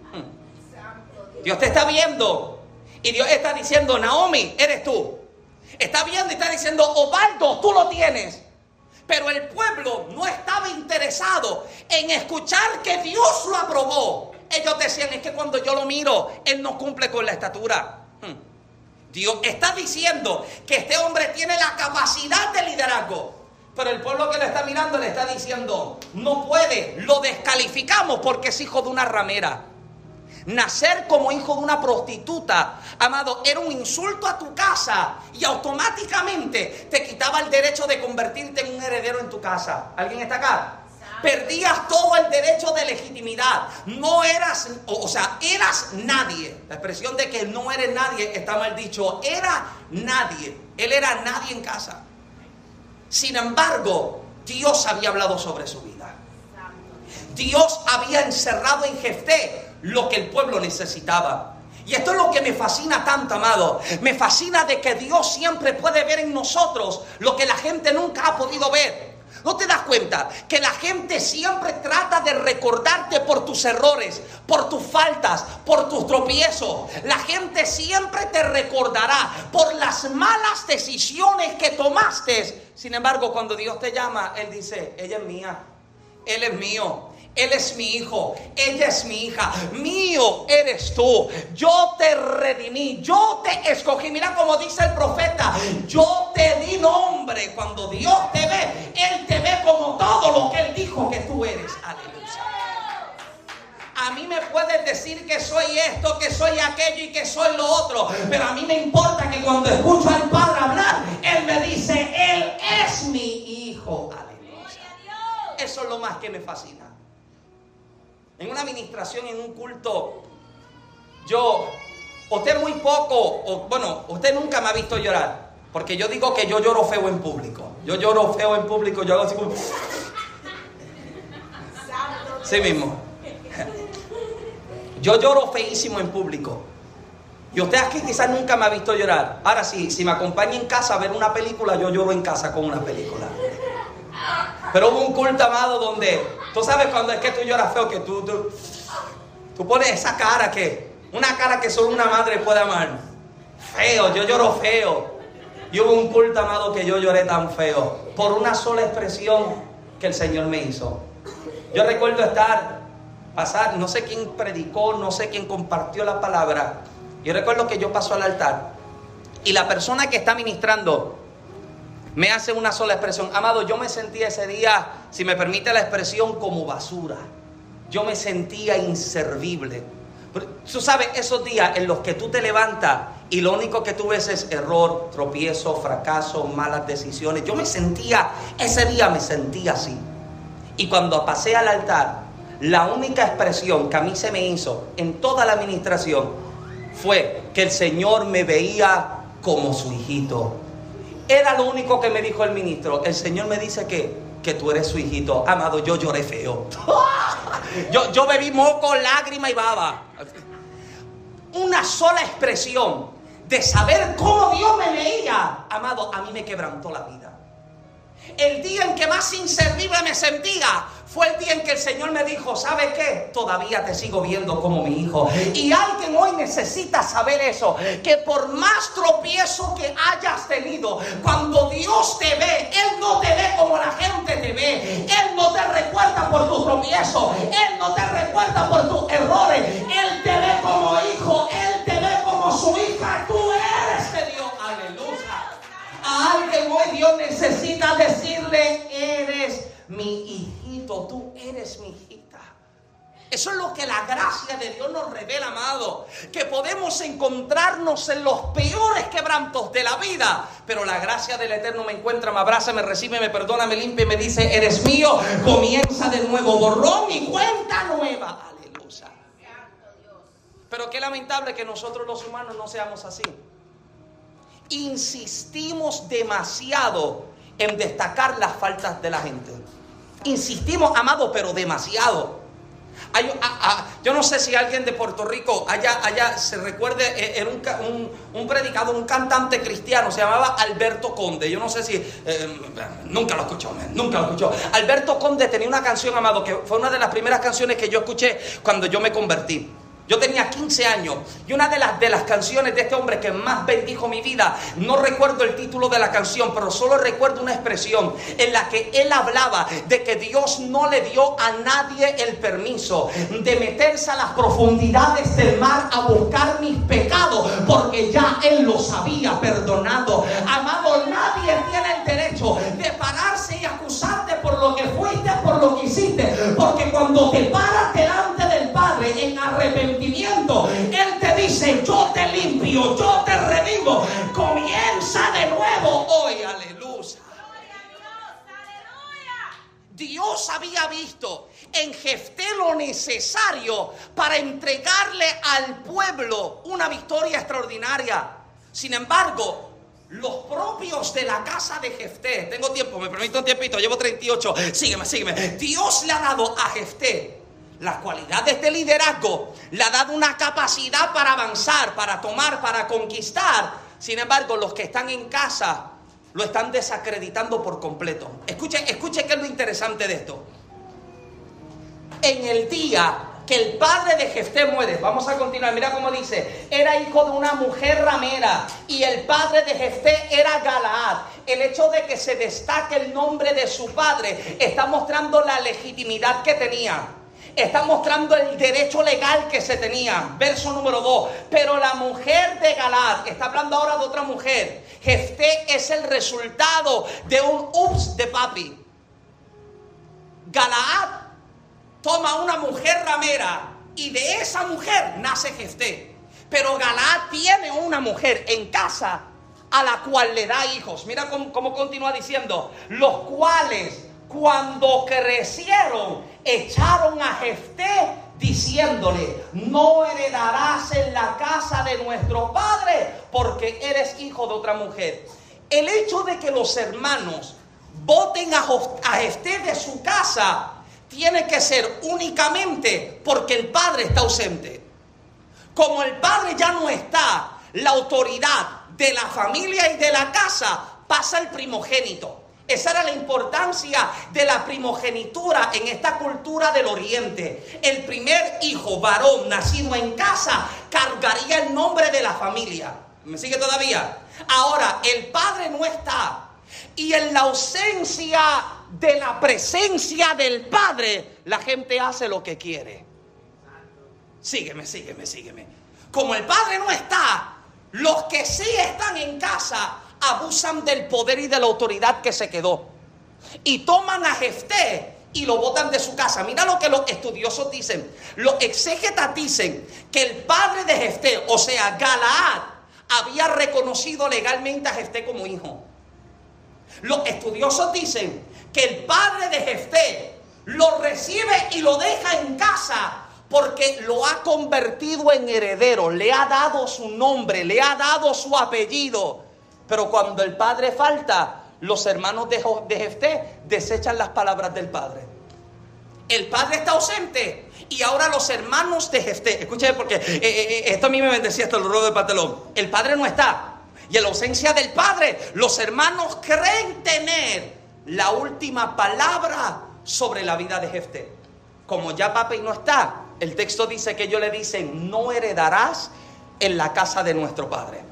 Hmm. Dios te está viendo y Dios está diciendo: Naomi, eres tú. Está viendo y está diciendo: Obaldo, tú lo tienes. Pero el pueblo no estaba interesado en escuchar que Dios lo aprobó. Ellos decían: es que cuando yo lo miro, él no cumple con la estatura. Hmm. Dios está diciendo que este hombre tiene la capacidad de liderazgo. Pero el pueblo que lo está mirando le está diciendo: no puede, lo descalificamos porque es hijo de una ramera. Nacer como hijo de una prostituta, amado, era un insulto a tu casa y automáticamente te quitaba el derecho de convertirte en un heredero en tu casa. ¿Alguien está acá? Perdías todo el derecho de legitimidad. No eras, o, o sea, eras nadie. La expresión de que no eres nadie está mal dicho. Era nadie. Él era nadie en casa. Sin embargo, Dios había hablado sobre su vida. Dios había encerrado en Jefté lo que el pueblo necesitaba. Y esto es lo que me fascina tanto, amado. Me fascina de que Dios siempre puede ver en nosotros lo que la gente nunca ha podido ver. ¿No te das cuenta que la gente siempre trata de recordarte por tus errores, por tus faltas, por tus tropiezos? La gente siempre te recordará por las malas decisiones que tomaste. Sin embargo, cuando Dios te llama, Él dice: ella es mía, Él es mío. Él es mi hijo, ella es mi hija, mío eres tú. Yo te redimí, yo te escogí. Mira como dice el profeta: yo te di nombre. Cuando Dios te ve, Él te ve como todo lo que Él dijo que tú eres. Aleluya. A mí me puedes decir que soy esto, que soy aquello y que soy lo otro, pero a mí me importa que cuando escucho al Padre hablar, Él me dice: Él es mi hijo. Aleluya. Eso es lo más que me fascina. En una administración, en un culto, yo, usted muy poco, o, bueno, usted nunca me ha visto llorar, porque yo digo que yo lloro feo en público. Yo lloro feo en público, yo hago así como... Sí mismo. Yo lloro feísimo en público. Y usted aquí quizás nunca me ha visto llorar. Ahora sí, si me acompaña en casa a ver una película, yo lloro en casa con una película. Pero hubo un culto, amado, donde tú sabes cuando es que tú lloras feo, que tú, tú, tú pones esa cara que, una cara que solo una madre puede amar. Feo, yo lloro feo. Y hubo un culto, amado, que yo lloré tan feo por una sola expresión que el Señor me hizo. Yo recuerdo estar, pasar, no sé quién predicó, no sé quién compartió la palabra. Yo recuerdo que yo paso al altar y la persona que está ministrando me hace una sola expresión. Amado, yo me sentía ese día, si me permite la expresión, como basura. Yo me sentía inservible. Pero, tú sabes, esos días en los que tú te levantas y lo único que tú ves es error, tropiezo, fracaso, malas decisiones. Yo me sentía, ese día me sentía así. Y cuando pasé al altar, la única expresión que a mí se me hizo en toda la administración fue que el Señor me veía como su hijito. Era lo único que me dijo el ministro. El Señor me dice que, que tú eres su hijito. Amado, yo lloré feo. yo, yo bebí moco, lágrima y baba. Una sola expresión de saber cómo Dios me veía, amado, a mí me quebrantó la vida. El día en que más inservible me sentía fue el día en que el Señor me dijo: ¿sabes qué? Todavía te sigo viendo como mi hijo. Y alguien hoy necesita saber eso, que por más tropiezo que hayas tenido, cuando Dios te ve, Él no te ve como la gente te ve. Él no te recuerda por tus tropiezos, Él no te recuerda por tus errores. Él te ve como hijo, Él te ve como su hija. Tú eres de Dios. Aleluya. A alguien hoy Dios necesita decirle: eres mi hijito, tú eres mi hijita. Eso es lo que la gracia de Dios nos revela, amado. Que podemos encontrarnos en los peores quebrantos de la vida, pero la gracia del Eterno me encuentra, me abraza, me recibe, me perdona, me limpia y me dice: eres mío. Comienza de nuevo, borrón y cuenta nueva. Aleluya. Pero qué lamentable que nosotros los humanos no seamos así. Insistimos demasiado en destacar las faltas de la gente. Insistimos, amado, pero demasiado. Hay, a, a, yo no sé si alguien de Puerto Rico allá, allá se recuerde, era un, un, un predicador, un cantante cristiano, se llamaba Alberto Conde. Yo no sé si, eh, nunca lo escuchó, man, nunca lo escuchó. Alberto Conde tenía una canción, amado, que fue una de las primeras canciones que yo escuché cuando yo me convertí. Yo tenía quince años y una de las, de las canciones de este hombre que más bendijo mi vida, no recuerdo el título de la canción, pero solo recuerdo una expresión en la que él hablaba de que Dios no le dio a nadie el permiso de meterse a las profundidades del mar a buscar mis pecados, porque ya Él los había perdonado. Amado, nadie tiene el derecho de pararse y acusarte por lo que fuiste, por lo que hiciste, porque cuando te paras delante del Padre en arrepentimiento, Él te dice: yo te limpio, yo te redimo, comienza de nuevo hoy. Aleluya. Dios había visto en Jefté lo necesario para entregarle al pueblo una victoria extraordinaria. Sin embargo, los propios de la casa de Jefté, tengo tiempo, me permito un tiempito, llevo treinta y ocho, sígueme, sígueme. Dios le ha dado a Jefté las cualidades de liderazgo, le ha dado una capacidad para avanzar, para tomar, para conquistar. Sin embargo, los que están en casa lo están desacreditando por completo. Escuche, escuche qué es lo interesante de esto. En el día que el padre de Jefté muere, vamos a continuar, mira cómo dice: era hijo de una mujer ramera y el padre de Jefté era Galaad. El hecho de que se destaque el nombre de su padre está mostrando la legitimidad que tenía. Está mostrando el derecho legal que se tenía. Verso número dos. Pero la mujer de Galaad, está hablando ahora de otra mujer. Jefté es el resultado de un ups de papi. Galaad toma una mujer ramera y de esa mujer nace Jefté. Pero Galaad tiene una mujer en casa a la cual le da hijos. Mira cómo, cómo continúa diciendo: los cuales, cuando crecieron, echaron a Jefté diciéndole: no heredarás en la casa de nuestro padre porque eres hijo de otra mujer. El hecho de que los hermanos voten a Jefté de su casa tiene que ser únicamente porque el padre está ausente. Como el padre ya no está, la autoridad de la familia y de la casa pasa al primogénito. Esa era la importancia de la primogenitura en esta cultura del oriente. El primer hijo varón nacido en casa cargaría el nombre de la familia. ¿Me sigue todavía? Ahora, el padre no está. Y en la ausencia de la presencia del padre, la gente hace lo que quiere. Sígueme, sígueme, sígueme. Como el padre no está, los que sí están en casa abusan del poder y de la autoridad que se quedó. Y toman a Jefté y lo botan de su casa. Mira lo que los estudiosos dicen. Los exégetas dicen que el padre de Jefté, o sea, Galaad, había reconocido legalmente a Jefté como hijo. Los estudiosos dicen que el padre de Jefté lo recibe y lo deja en casa porque lo ha convertido en heredero, le ha dado su nombre, le ha dado su apellido. Pero cuando el padre falta, los hermanos de Jefté desechan las palabras del padre. El padre está ausente y ahora los hermanos de Jefté, escúchame porque eh, eh, esto a mí me bendecía hasta el rodo del pantalón. El padre no está y en la ausencia del padre, los hermanos creen tener la última palabra sobre la vida de Jefté. Como ya papi no está, el texto dice que ellos le dicen: no heredarás en la casa de nuestro padre.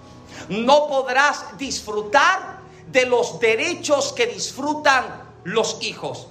No podrás disfrutar de los derechos que disfrutan los hijos.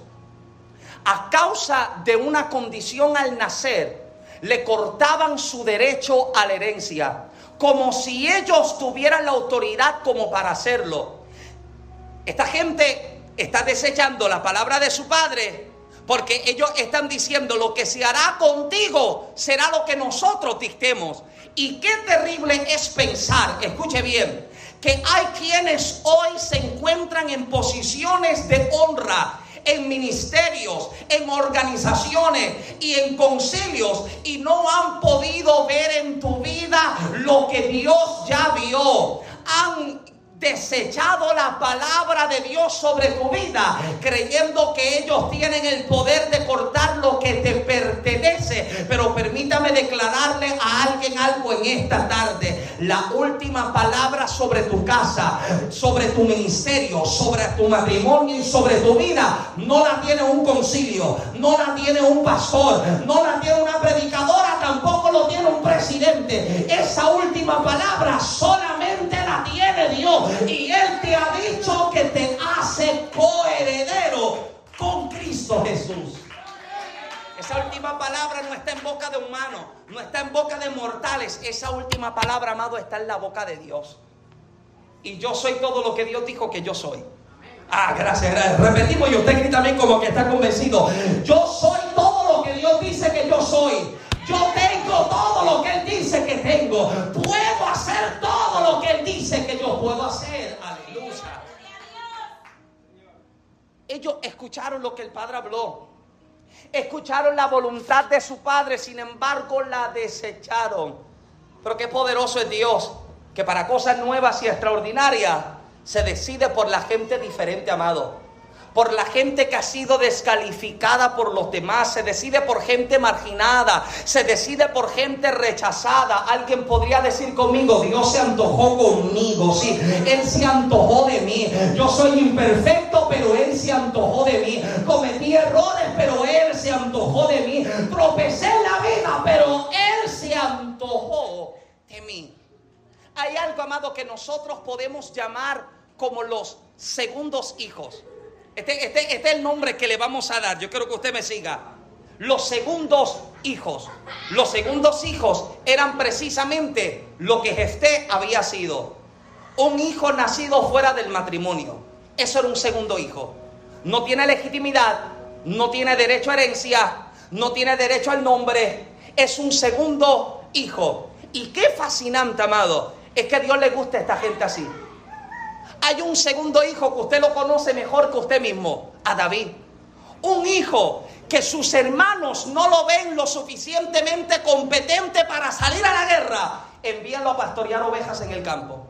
A causa de una condición al nacer, le cortaban su derecho a la herencia, como si ellos tuvieran la autoridad como para hacerlo. Esta gente está desechando la palabra de su padre, porque ellos están diciendo: lo que se hará contigo será lo que nosotros dictemos. Y qué terrible es pensar, escuche bien, que hay quienes hoy se encuentran en posiciones de honra, en ministerios, en organizaciones y en concilios, y no han podido ver en tu vida lo que Dios ya vio. Han desechado la palabra de Dios sobre tu vida, creyendo que ellos tienen el poder de cortar lo que te pertenece. Pero permítame declararle a alguien algo en esta tarde: la última palabra sobre tu casa, sobre tu ministerio, sobre tu matrimonio y sobre tu vida no la tiene un concilio, no la tiene un pastor, no la tiene una predicadora, tampoco lo tiene un presidente. Esa última palabra solamente la tiene Dios, y Él te ha dicho que te hace coheredero con Cristo Jesús. Esa última palabra no está en boca de humanos, no está en boca de mortales. Esa última palabra, amado, está en la boca de Dios. Y yo soy todo lo que Dios dijo que yo soy. Ah, gracias, gracias. Repetimos y usted grita también como que está convencido. Yo soy todo lo que Dios dice que yo soy. Yo tengo todo lo que Él dice que tengo. Puedo hacer todo lo que Él dice que yo puedo hacer. Aleluya. Ellos escucharon lo que el Padre habló. Escucharon la voluntad de su Padre, sin embargo la desecharon. Pero qué poderoso es Dios, que para cosas nuevas y extraordinarias se decide por la gente diferente, amado. Por la gente que ha sido descalificada por los demás. Se decide por gente marginada. Se decide por gente rechazada. Alguien podría decir conmigo: Dios se antojó conmigo. Sí, Él se antojó de mí. Yo soy imperfecto, pero Él se antojó de mí. Cometí errores, pero Él se antojó de mí. Tropecé en la vida, pero Él se antojó de mí. Hay algo, amado, que nosotros podemos llamar como los segundos hijos. Este, este, este es el nombre que le vamos a dar. Yo quiero que usted me siga. Los segundos hijos. Los segundos hijos eran precisamente lo que Jefté había sido. Un hijo nacido fuera del matrimonio. Eso era un segundo hijo. No tiene legitimidad, no tiene derecho a herencia, no tiene derecho al nombre. Es un segundo hijo. Y qué fascinante, amado, es que a Dios le gusta a esta gente así. Hay un segundo hijo que usted lo conoce mejor que usted mismo, a David. Un hijo que sus hermanos no lo ven lo suficientemente competente para salir a la guerra. Envíanlo a pastorear ovejas en el campo.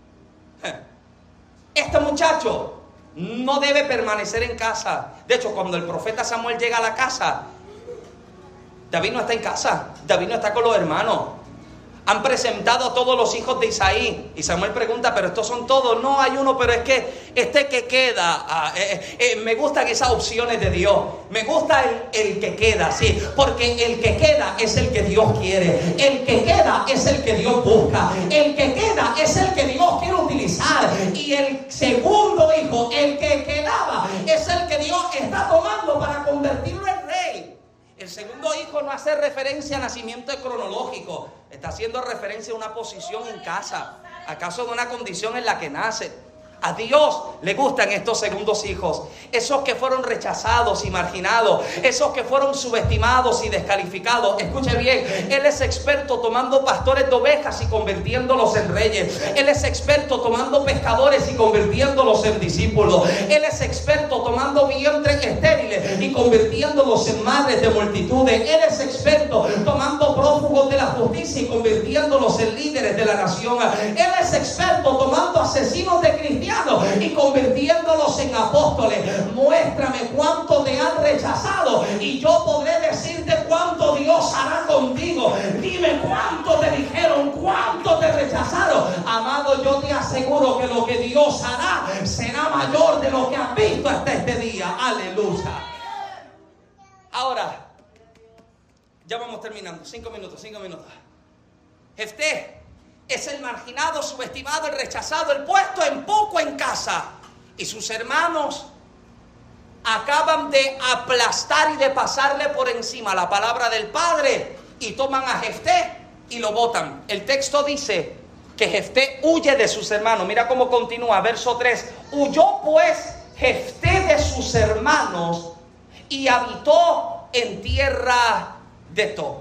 Este muchacho no debe permanecer en casa. De hecho, cuando el profeta Samuel llega a la casa, David no está en casa. David no está con los hermanos. Han presentado a todos los hijos de Isaí. Y Samuel pregunta: ¿pero estos son todos? No, hay uno, pero es que este que queda. Ah, eh, eh, me gustan esas opciones de Dios. Me gusta el, el que queda, sí. Porque el que queda es el que Dios quiere. El que queda es el que Dios busca. El que queda es el que Dios quiere utilizar. Y el segundo hijo, el que quedaba, es el que Dios está tomando para convertirlo en rey. El segundo hijo no hace referencia a nacimiento cronológico. Está haciendo referencia a una posición en casa. ¿Acaso de una condición en la que nace? A Dios le gustan estos segundos hijos. Esos que fueron rechazados y marginados. Esos que fueron subestimados y descalificados. Escuche bien. Él es experto tomando pastores de ovejas y convirtiéndolos en reyes. Él es experto tomando pescadores y convirtiéndolos en discípulos. Él es experto tomando vientres estériles y convirtiéndolos en madres de multitudes. Él es experto tomando prófugos de la justicia y convirtiéndolos en líderes de la nación. Él es experto tomando asesinos de cristianos y convirtiéndolos en apóstoles. Muéstrame cuánto te han rechazado y yo podré decirte cuánto Dios hará contigo. Dime cuánto te dijeron, cuánto te rechazaron. Amado, yo te aseguro que lo que Dios hará será mayor de lo que has visto hasta este día. Aleluya. Ahora, ya vamos terminando. Cinco minutos, cinco minutos. Jefté es el marginado, subestimado, el rechazado, el puesto en poco en casa. Y sus hermanos acaban de aplastar y de pasarle por encima la palabra del Padre. Y toman a Jefté y lo botan. El texto dice que Jefté huye de sus hermanos. Mira cómo continúa, verso tres. Huyó pues Jefté de sus hermanos y habitó en tierra de Tob.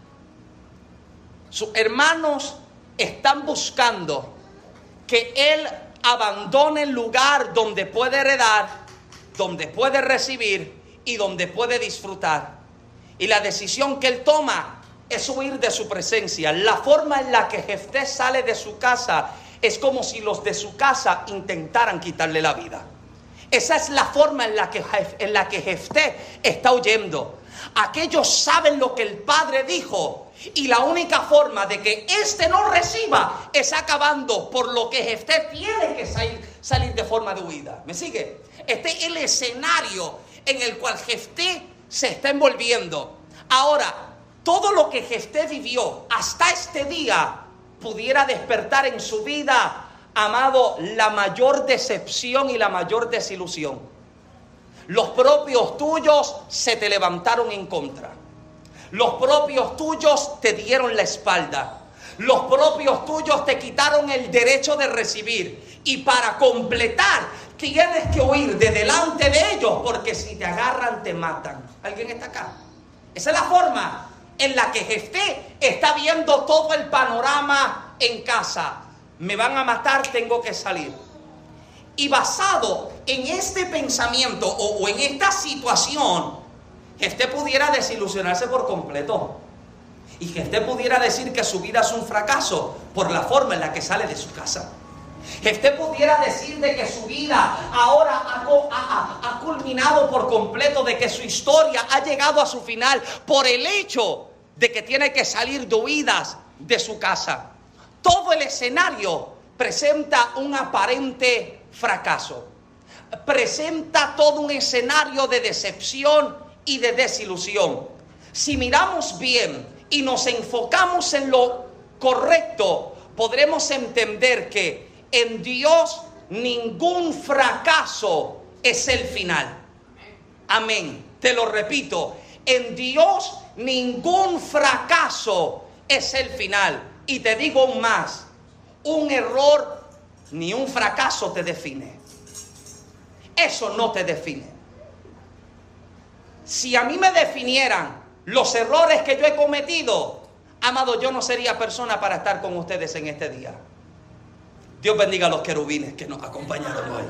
Sus hermanos están buscando que él abandone el lugar donde puede heredar, donde puede recibir y donde puede disfrutar. Y la decisión que él toma es huir de su presencia. La forma en la que Jefté sale de su casa es como si los de su casa intentaran quitarle la vida. Esa es la forma en la que, en la que Jefté está huyendo. Aquellos saben lo que el padre dijo, y la única forma de que éste no reciba es acabando, por lo que Jefté tiene que salir, salir de forma de huida. ¿Me sigue? Este es el escenario en el cual Jefté se está envolviendo. Ahora, todo lo que Jefté vivió hasta este día pudiera despertar en su vida, amado, la mayor decepción y la mayor desilusión. Los propios tuyos se te levantaron en contra. Los propios tuyos te dieron la espalda. Los propios tuyos te quitaron el derecho de recibir. Y para completar, tienes que huir de delante de ellos, porque si te agarran, te matan. ¿Alguien está acá? Esa es la forma en la que Jefté está viendo todo el panorama en casa. Me van a matar, tengo que salir. Y basado en este pensamiento o, o en esta situación, Jefté pudiera desilusionarse por completo. Y Jefté pudiera decir que su vida es un fracaso por la forma en la que sale de su casa. Jefté pudiera decir de que su vida ahora ha, ha, ha culminado por completo, de que su historia ha llegado a su final por el hecho de que tiene que salir de huidas de su casa. Todo el escenario presenta un aparente fracaso. Presenta todo un escenario de decepción y de desilusión. Si miramos bien y nos enfocamos en lo correcto, podremos entender que en Dios ningún fracaso es el final. Amén. Te lo repito. En Dios ningún fracaso es el final. Y te digo aún más. Un error ni un fracaso te define. Eso no te define. Si a mí me definieran los errores que yo he cometido, amado, yo no sería persona para estar con ustedes en este día. Dios bendiga a los querubines que nos acompañaron hoy.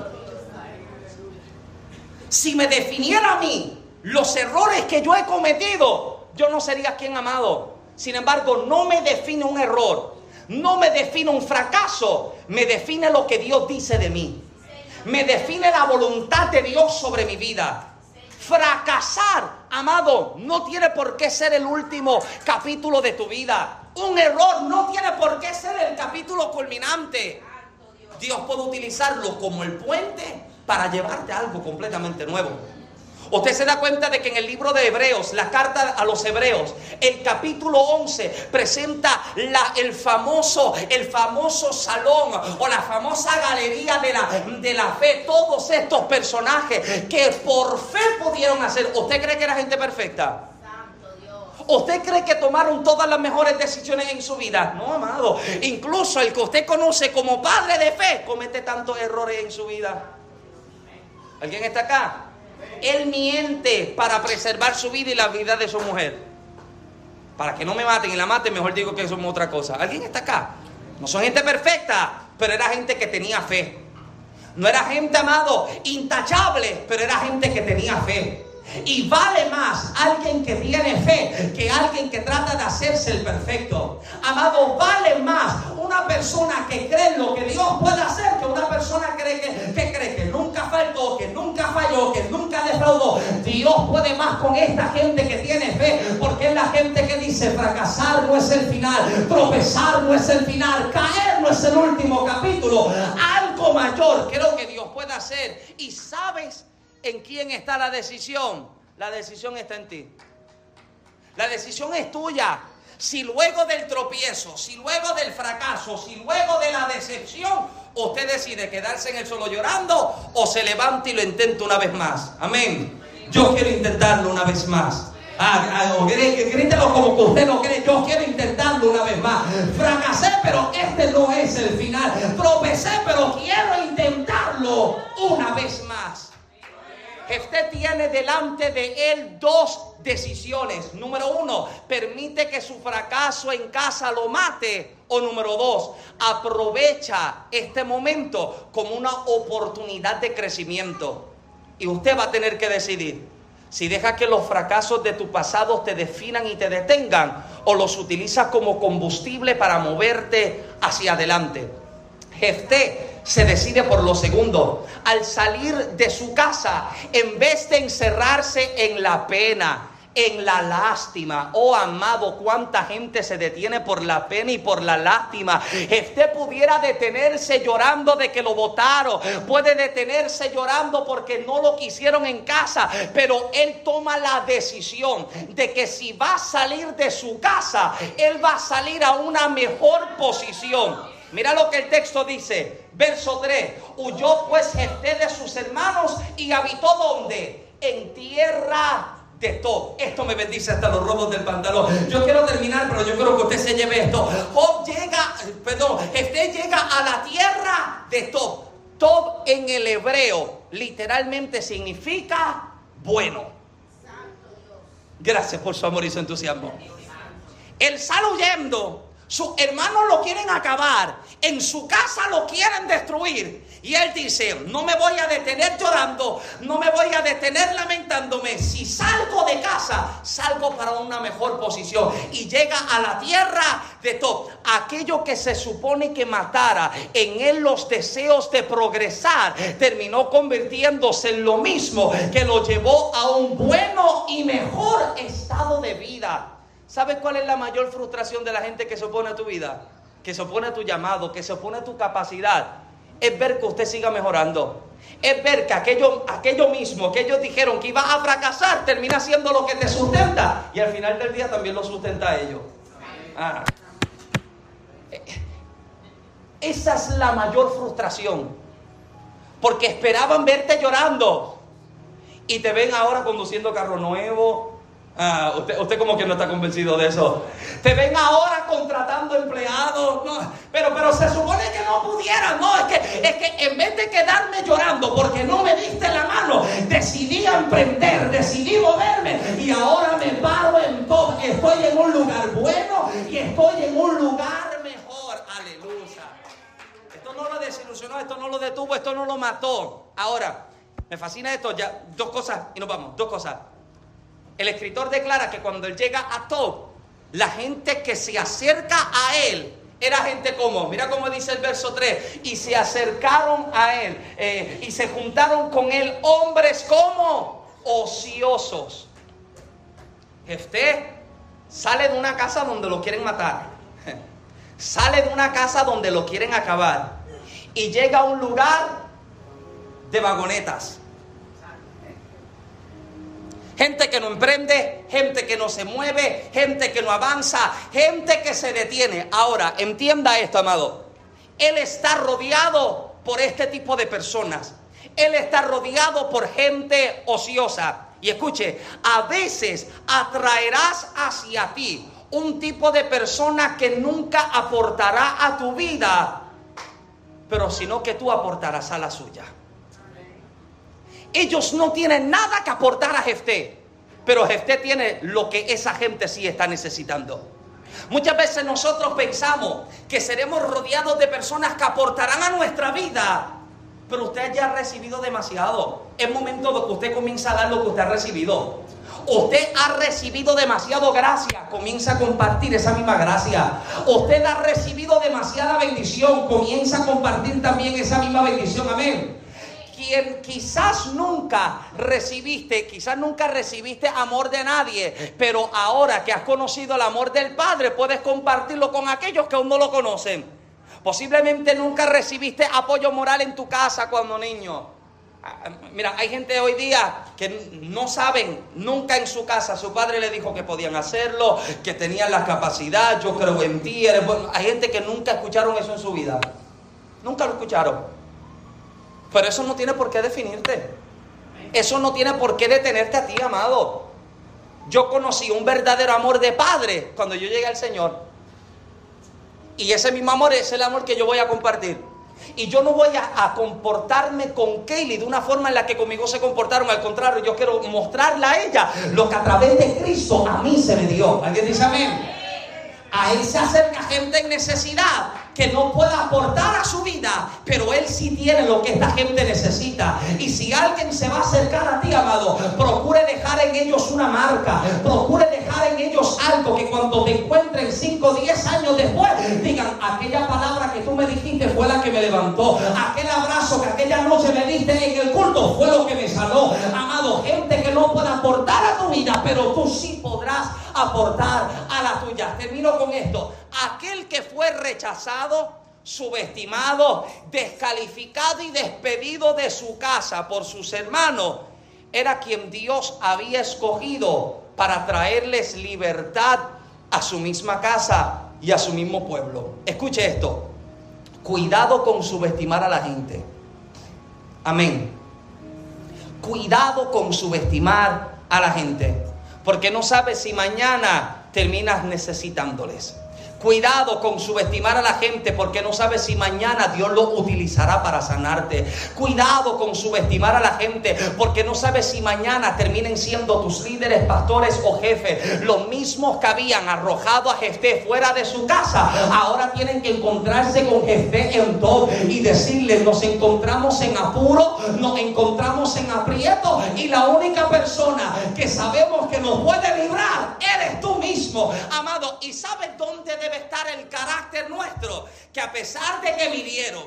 Si me definiera a mí los errores que yo he cometido, yo no sería quien, amado. Sin embargo, no me define un error, no me define un fracaso, me define lo que Dios dice de mí. Me define la voluntad de Dios sobre mi vida. Fracasar, amado, no tiene por qué ser el último capítulo de tu vida. Un error no tiene por qué ser el capítulo culminante. Dios puede utilizarlo como el puente para llevarte a algo completamente nuevo. Usted se da cuenta de que en el libro de Hebreos, la carta a los Hebreos, el capítulo once presenta la, el, famoso, el famoso salón o la famosa galería de la, de la fe. Todos estos personajes que por fe pudieron hacer. ¿Usted cree que era gente perfecta? ¿Usted cree que tomaron todas las mejores decisiones en su vida? No, amado. Incluso el que usted conoce como padre de fe comete tantos errores en su vida. ¿Alguien está acá? Él miente para preservar su vida y la vida de su mujer. Para que no me maten y la maten, mejor digo que somos otra cosa. ¿Alguien está acá? No son gente perfecta, pero era gente que tenía fe. No era gente, amado, intachable, pero era gente que tenía fe. Y vale más alguien que tiene fe que alguien que trata de hacerse el perfecto. Amado, vale más una persona que cree en lo que Dios puede hacer que una persona que cree que, que, cree que nunca faltó, que nunca falló, que nunca defraudó. Dios puede más con esta gente que tiene fe, porque es la gente que dice: fracasar no es el final, tropezar no es el final, caer no es el último capítulo. Algo mayor creo que Dios puede hacer. Y sabes ¿en quién está la decisión? La decisión está en ti. La decisión es tuya. Si luego del tropiezo, si luego del fracaso, si luego de la decepción, usted decide quedarse en el suelo llorando o se levanta y lo intenta una vez más. Amén. Yo quiero intentarlo una vez más. Ah, ah, grítelo como que usted lo cree. Yo quiero intentarlo una vez más. Fracasé, pero este no es el final. Tropecé, pero quiero intentarlo una vez más. Jefté tiene delante de él dos decisiones. Número uno, permite que su fracaso en casa lo mate. O número dos, aprovecha este momento como una oportunidad de crecimiento. Y usted va a tener que decidir si deja que los fracasos de tu pasado te definan y te detengan, o los utilizas como combustible para moverte hacia adelante. Jefté se decide por lo segundo. Al salir de su casa, en vez de encerrarse en la pena, en la lástima, oh amado, cuánta gente se detiene por la pena y por la lástima. Jefté pudiera detenerse llorando de que lo botaron, puede detenerse llorando porque no lo quisieron en casa, pero él toma la decisión de que si va a salir de su casa, él va a salir a una mejor posición. Mira lo que el texto dice, verso tres. Huyó pues Jefté de sus hermanos y habitó ¿dónde? En tierra de Tob. Esto me bendice hasta los robos del pantalón. Yo quiero terminar, pero yo quiero que usted se lleve esto. Job llega, perdón, Jefté llega a la tierra de Tob. Tob en el hebreo literalmente significa bueno. Gracias por su amor y su entusiasmo. Él sale huyendo. Sus hermanos lo quieren acabar, en su casa lo quieren destruir, y él dice, no me voy a detener llorando, no me voy a detener lamentándome. Si salgo de casa, salgo para una mejor posición. Y llega a la tierra de Tob. Aquello que se supone que matara en él los deseos de progresar, terminó convirtiéndose en lo mismo que lo llevó a un bueno y mejor estado de vida. ¿Sabes cuál es la mayor frustración de la gente que se opone a tu vida? Que se opone a tu llamado, que se opone a tu capacidad. Es ver que usted siga mejorando. Es ver que aquello, aquello mismo que ellos dijeron que iba a fracasar, termina siendo lo que te sustenta. Y al final del día también lo sustenta a ellos. Ah. Esa es la mayor frustración. Porque esperaban verte llorando. Y te ven ahora conduciendo carro nuevo. Ah, usted, usted como que no está convencido de eso. Te ven ahora contratando empleados, no, pero, pero se supone que no pudieran. No, es que, es que en vez de quedarme llorando porque no me diste la mano, decidí emprender, decidí moverme, y ahora me paro en todo. Estoy en un lugar bueno y estoy en un lugar mejor. Aleluya. Esto no lo desilusionó, esto no lo detuvo, esto no lo mató. Ahora, me fascina esto, ya, dos cosas y nos vamos, dos cosas. El escritor declara que cuando él llega a Tob, la gente que se acerca a él era gente como, mira cómo dice el verso tres, y se acercaron a él eh, y se juntaron con él hombres como ociosos. Jefté sale de una casa donde lo quieren matar, sale de una casa donde lo quieren acabar y llega a un lugar de vagonetas. Gente que no emprende, gente que no se mueve, gente que no avanza, gente que se detiene. Ahora, entienda esto, amado. Él está rodeado por este tipo de personas. Él está rodeado por gente ociosa. Y escuche, a veces atraerás hacia ti un tipo de persona que nunca aportará a tu vida, pero sino que tú aportarás a la suya. Ellos no tienen nada que aportar a Jefté, pero Jefté tiene lo que esa gente sí está necesitando. Muchas veces nosotros pensamos que seremos rodeados de personas que aportarán a nuestra vida, pero usted ya ha recibido demasiado. Es momento de que usted comience a dar lo que usted ha recibido. Usted ha recibido demasiado gracia, comienza a compartir esa misma gracia. Usted ha recibido demasiada bendición, comienza a compartir también esa misma bendición. Amén. Quien quizás nunca recibiste, quizás nunca recibiste amor de nadie, pero ahora que has conocido el amor del Padre, puedes compartirlo con aquellos que aún no lo conocen. Posiblemente nunca recibiste apoyo moral en tu casa cuando niño. Mira, hay gente hoy día que no saben, nunca en su casa su padre le dijo que podían hacerlo, que tenían la capacidad, yo creo en ti, eres bueno. Hay gente que nunca escucharon eso en su vida. Nunca lo escucharon. Pero eso no tiene por qué definirte. Eso no tiene por qué detenerte a ti, amado. Yo conocí un verdadero amor de padre cuando yo llegué al Señor. Y ese mismo amor es el amor que yo voy a compartir. Y yo no voy a, a comportarme con Kaylee de una forma en la que conmigo se comportaron. Al contrario, yo quiero mostrarle a ella lo que a través de Cristo a mí se me dio. ¿Alguien dice amén? A Él se acerca gente en necesidad que no puede aportar a su vida, pero Él sí tiene lo que esta gente necesita. Y si alguien se va a acercar a ti, amado, procure dejar en ellos una marca, procure dejar en ellos algo que cuando te encuentren cinco o diez años después digan: aquella palabra que tú me dijiste fue la que me levantó, aquel abrazo que aquella noche me diste en el culto fue lo que me sanó. Amado, gente que no puede aportar a tu vida, pero tú sí podrás aportar a la tuya. Termino con esto: aquel que fue rechazado, subestimado, descalificado y despedido de su casa por sus hermanos, era quien Dios había escogido para traerles libertad a su misma casa y a su mismo pueblo. Escuche esto: cuidado con subestimar a la gente. Amén. Cuidado con subestimar a la gente, porque no sabes si mañana terminas necesitándoles. Cuidado con subestimar a la gente, porque no sabes si mañana Dios lo utilizará para sanarte. Cuidado con subestimar a la gente, porque no sabes si mañana terminen siendo tus líderes, pastores o jefes. Los mismos que habían arrojado a Jefté fuera de su casa, ahora tienen que encontrarse con Jefté en Tob y decirle: nos encontramos en apuro, nos encontramos en aprieto, y la única persona que sabemos que nos puede librar eres tú mismo, amado. ¿Y sabes dónde debe debe estar el carácter nuestro? Que a pesar de que me hirieron,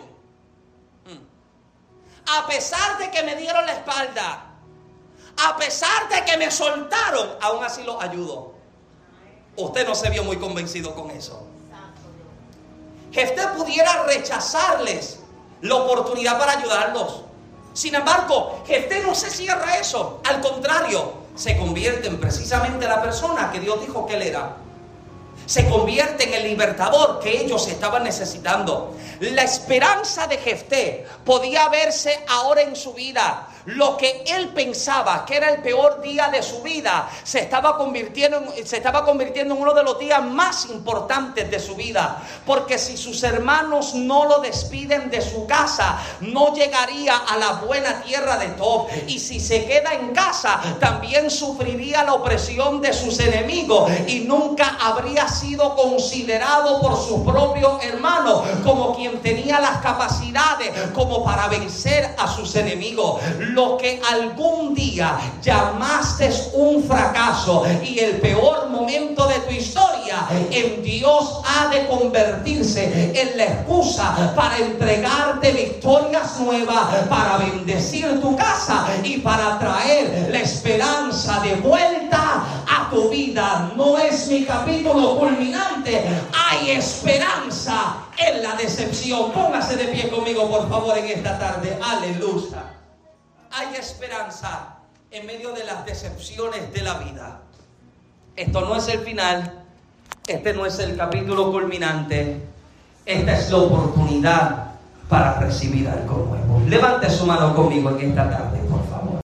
a pesar de que me dieron la espalda, a pesar de que me soltaron, aún así los ayudo. Usted no se vio muy convencido con eso. Jefté pudiera rechazarles la oportunidad para ayudarlos. Sin embargo, Jefté no se cierra eso. Al contrario, se convierte en precisamente la persona que Dios dijo que él era. Se convierte en el libertador que ellos estaban necesitando. La esperanza de Jefté podía verse ahora en su vida. Lo que él pensaba que era el peor día de su vida se estaba convirtiendo en, se estaba convirtiendo en uno de los días más importantes de su vida. Porque si sus hermanos no lo despiden de su casa, no llegaría a la buena tierra de Tob. Y si se queda en casa, también sufriría la opresión de sus enemigos y nunca habría sido considerado por sus propios hermanos como quien tenía las capacidades como para vencer a sus enemigos. Lo que algún día llamaste un fracaso y el peor momento de tu historia, en Dios ha de convertirse en la excusa para entregarte victorias nuevas, para bendecir tu casa y para traer la esperanza de vuelta a tu vida. No es mi capítulo culminante, hay esperanza en la decepción. Póngase de pie conmigo, por favor, en esta tarde. Aleluya. Hay esperanza en medio de las decepciones de la vida. Esto no es el final. Este no es el capítulo culminante. Esta es la oportunidad para recibir algo nuevo. Levante su mano conmigo en esta tarde, por favor.